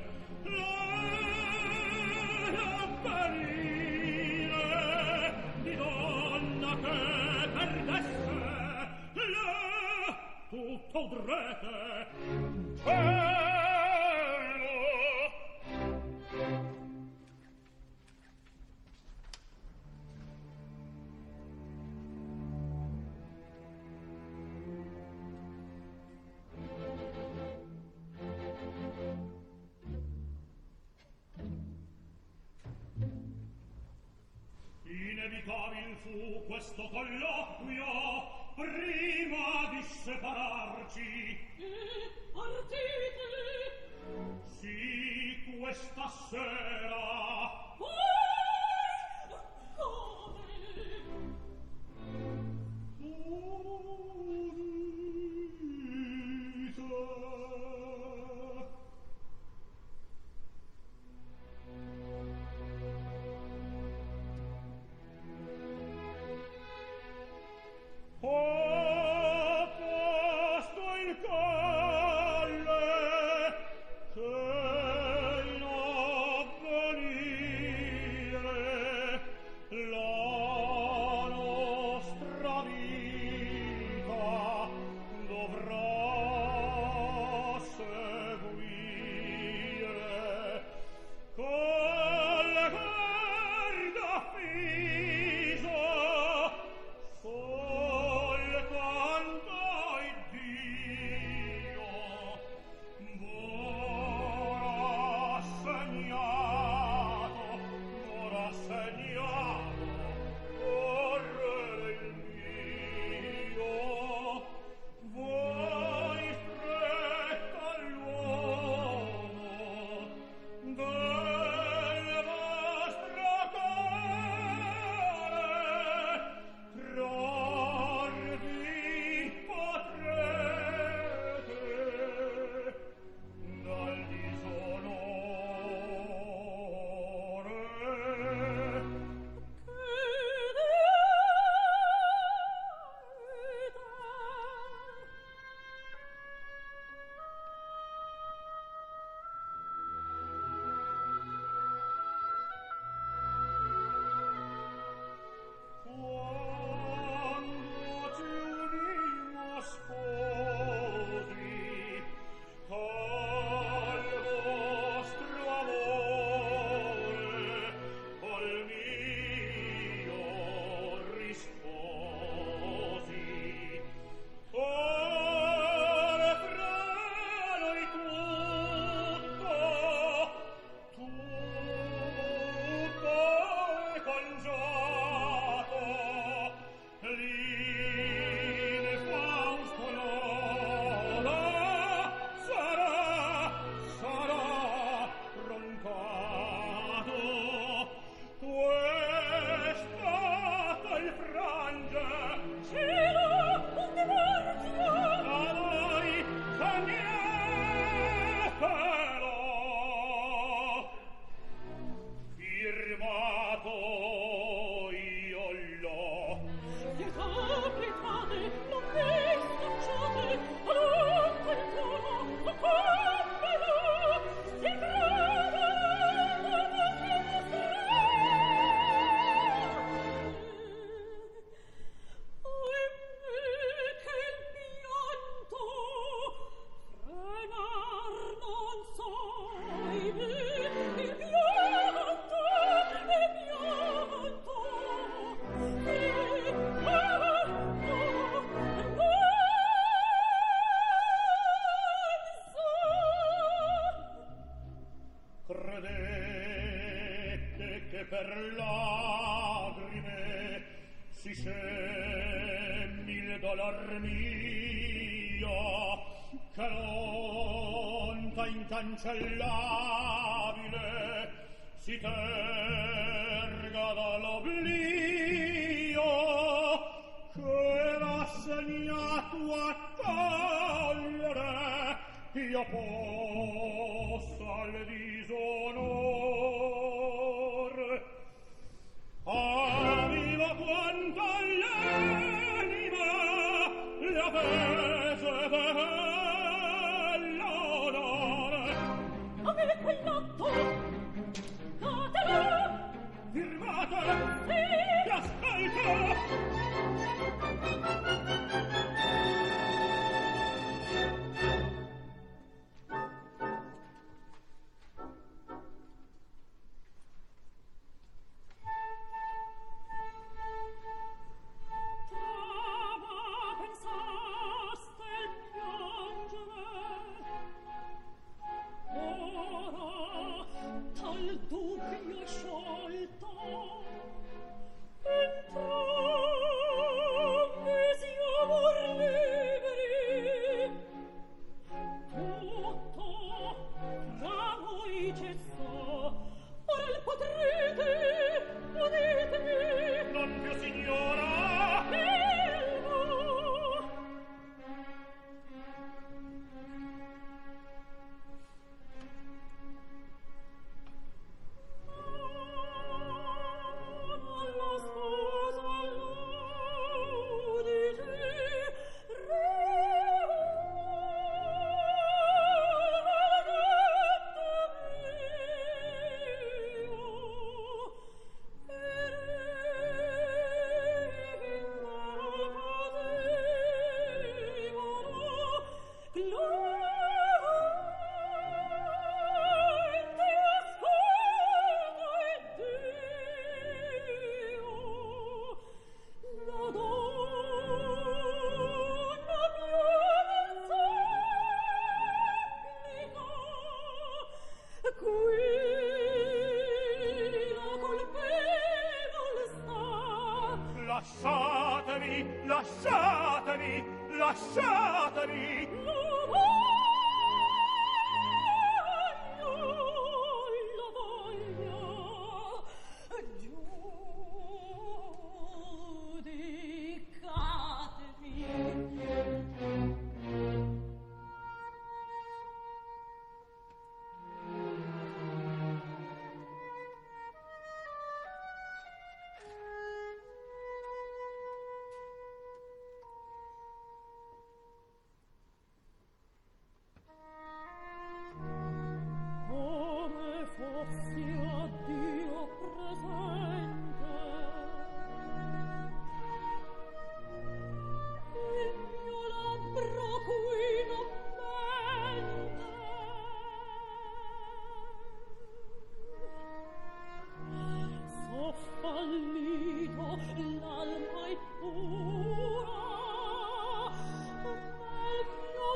l'apparire di donna che perdesse là tutto udrete cielo. Inevitabil fu questo colloquio prima di separarci. E partite? Sì, questa sera. Poi, come? Udite. credette che per lagrime si scemmi il dolor mio, che l'onta incancellabile si terga dall'oblio che l'ha segnato a togliere io possa al disonor. Aveva quanto l'anima la pese dell'onore. Aveva quell'atto datelo Firmate sì ti ascolto. dubbio sciolto Lasciatemi, lasciatemi, lasciatemi! Lo voglio, lo voglio, giudicatemi. Fossi a Dio presente, il mio labbro qui non mente, so fallito l'alma è pura, ma il mio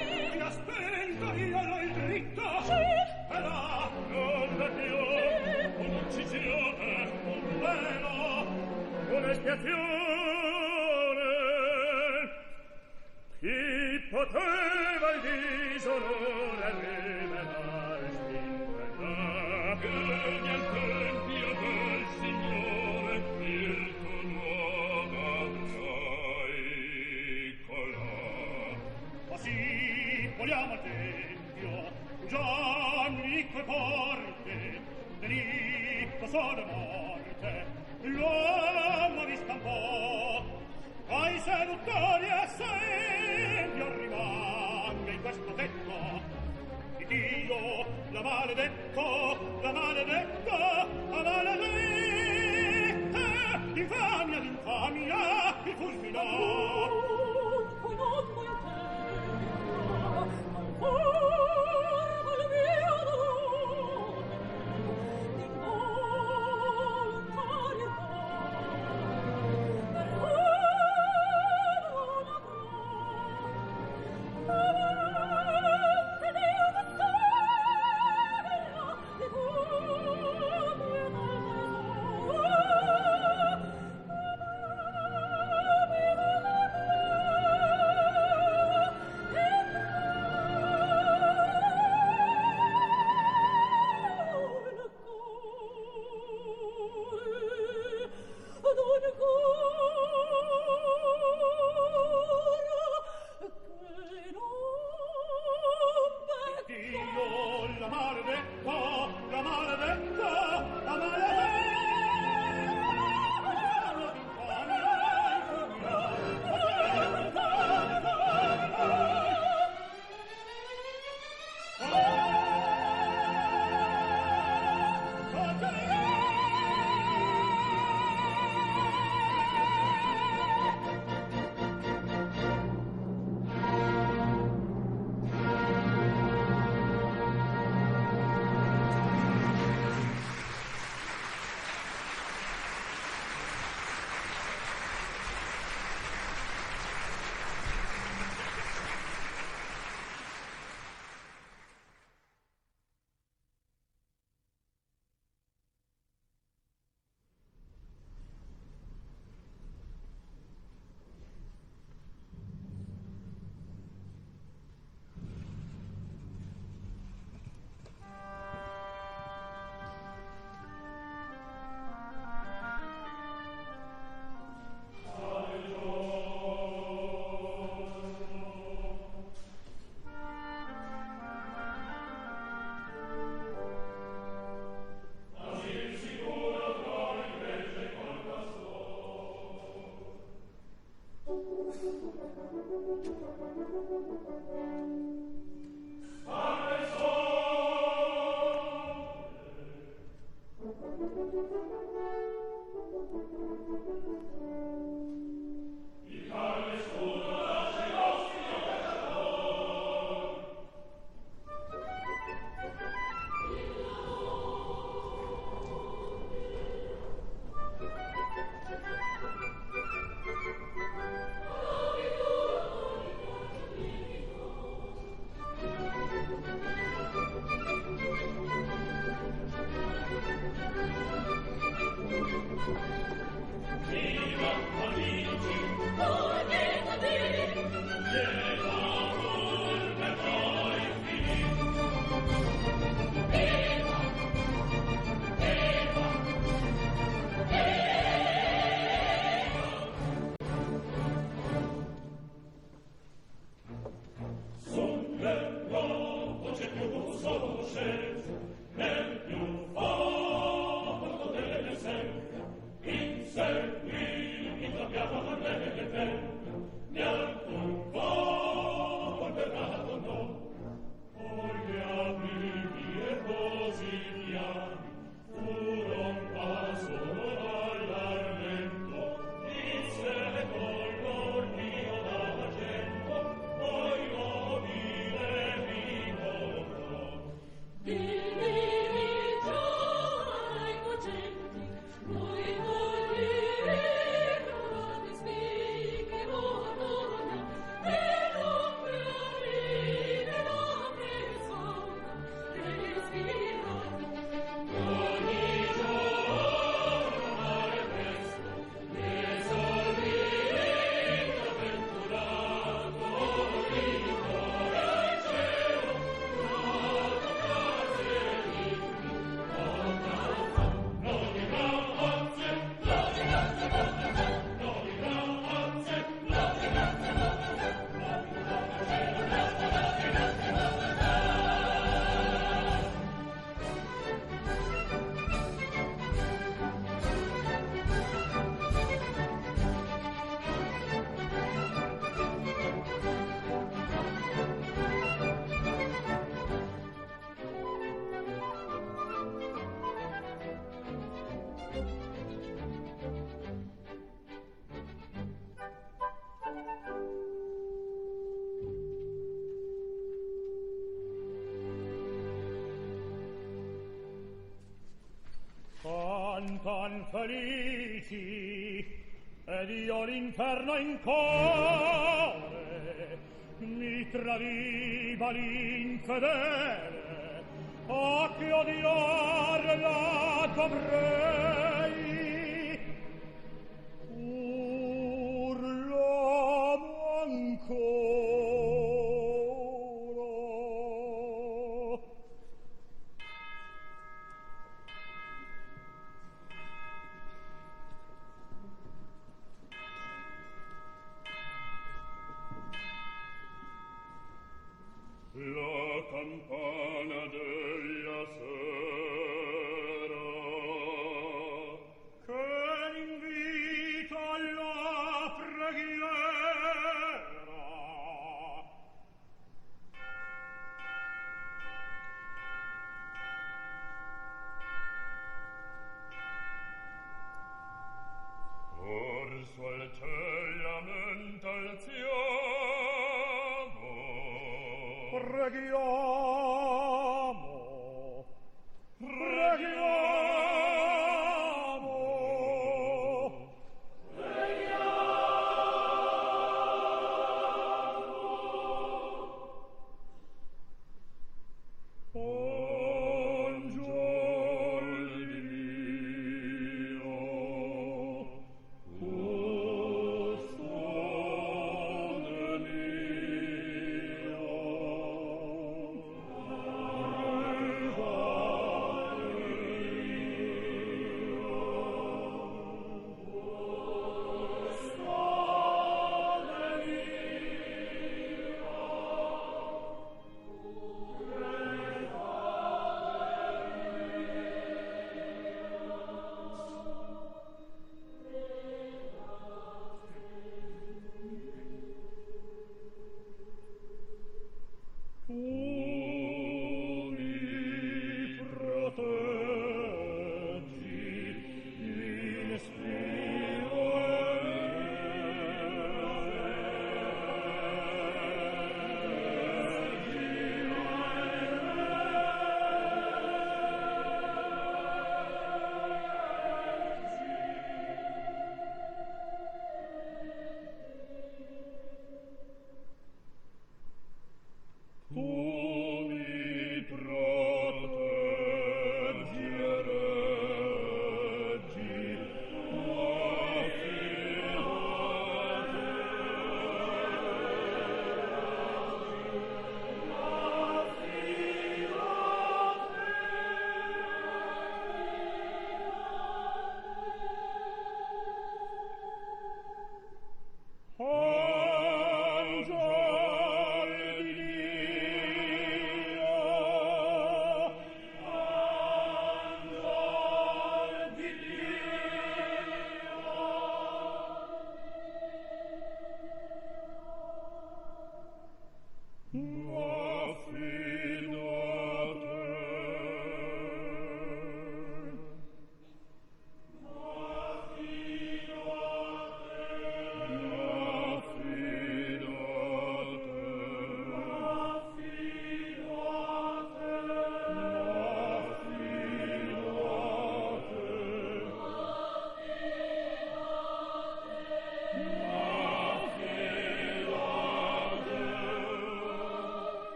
Sì. E là, non da più. un'uccisione, un velo, un'espiazione. Chi poteva il disonore rivelarsi in quella che al tempio del Signore il tuo nuovo piccola. Ma sì, vogliamo al tempio, Gianni que porte, delitto solo morte, l'uomo vi scampò, ai seduttori esempio rimanga in questo tetto. Di Dio, la maledetto, la maledetto, la maledetta, infamia, l'infamia, il fulminò. Dunque non voglio ancora al mio dolore di volontarietà, però non avrò la volonté di una terra di cui mi cantan felici ed io l'inferno in cuore mi tradiva l'infedele a che odiarla dovrei pur l'amo ancora. La campana della sera che invita alla preghiera orso al ciel lamentazione preghiamo preghiamo preghiamo buongiorno mio custode mio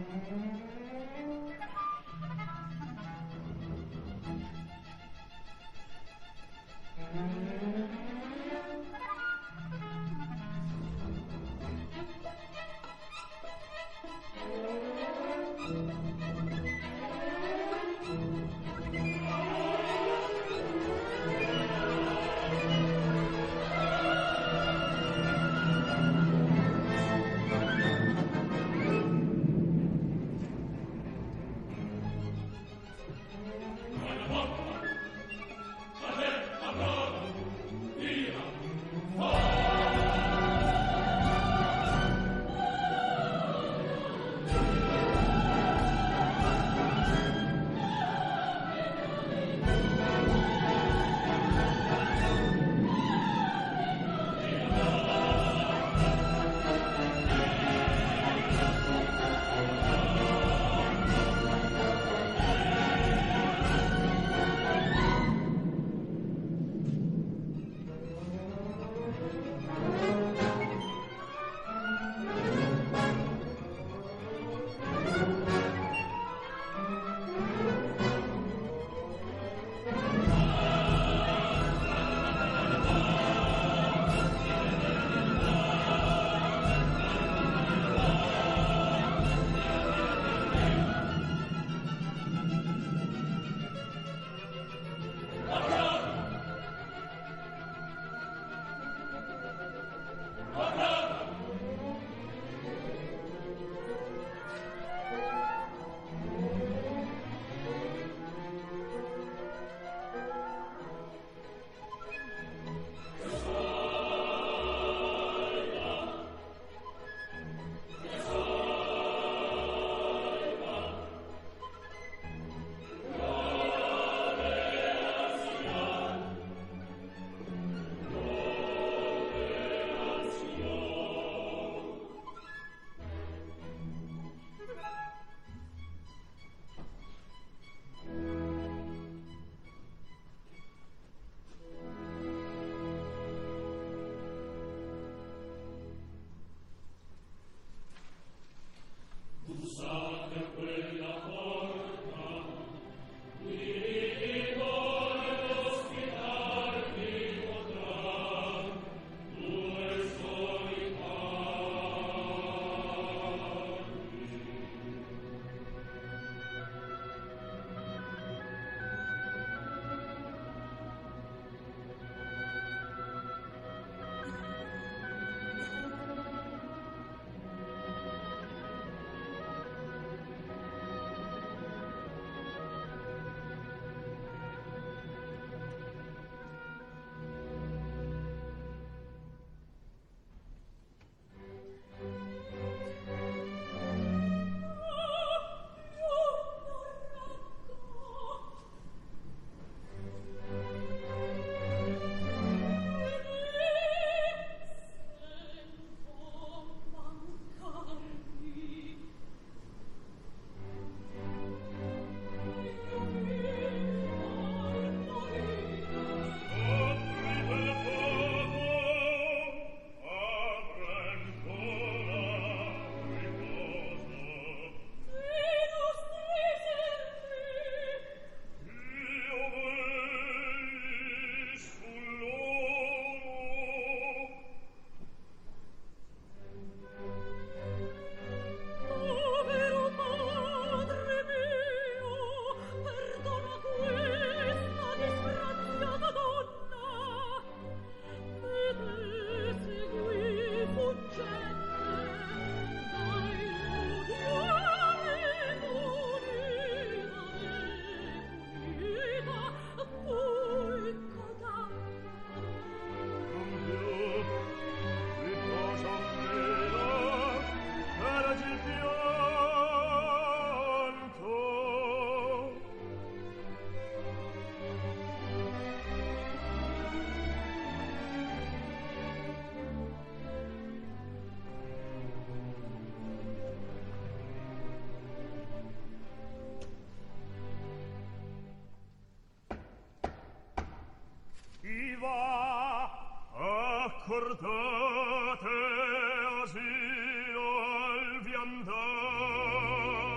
accordate asilo al viandar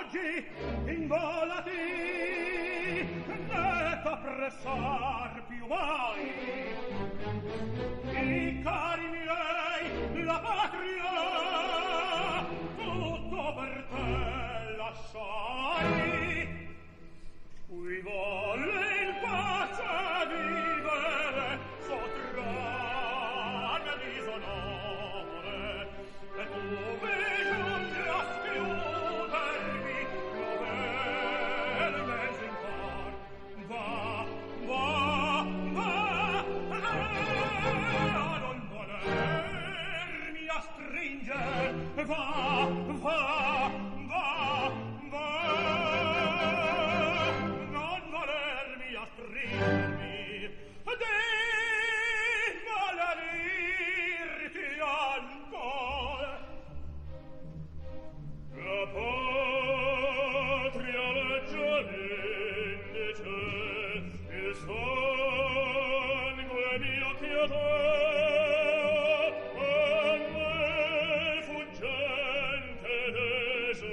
fuggi, involati, né t'appressar più mai. I cari miei, la patria, tutto per te lasciai. Qui volle in pace vivere, sottrarne disonore, e tu mi giungi a schiudermi nel mezzo in par. Va, va, va, a non volermi a stringer, va, va, va, va, non volermi a stringermi, di maledirti ancora. La patria legge l'indice, il sangue mio che a te, a me fuggente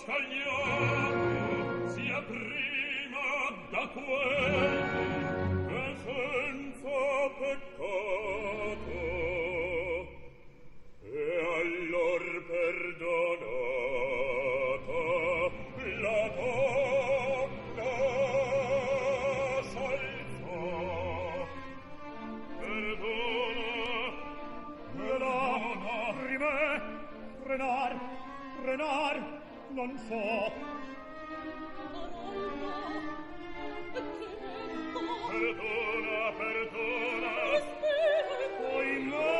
scagliato sia prima da quelli che senza peccato e allor perdonata la donna s'alzò. Perdona, perdona, rimè, frenar, frenar, non so. Perdona, perdona, poi me.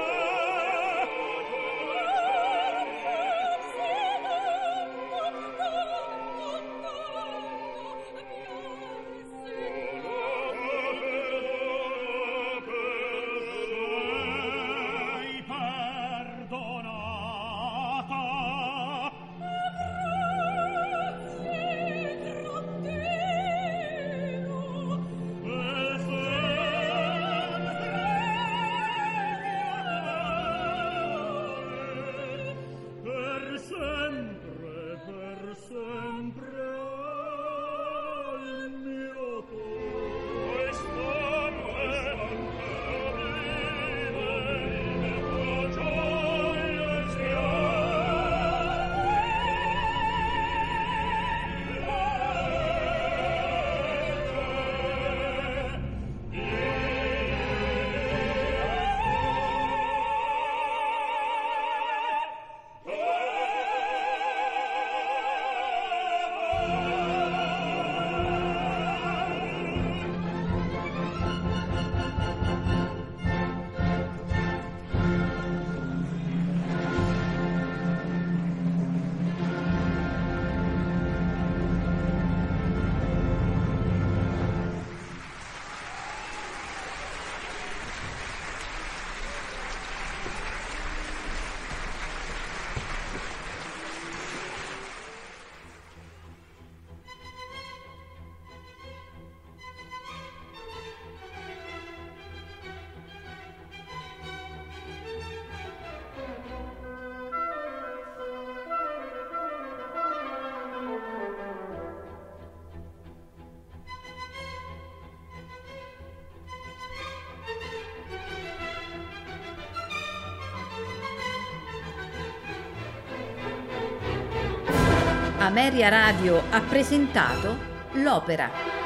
Ameria Radio ha presentato l'opera.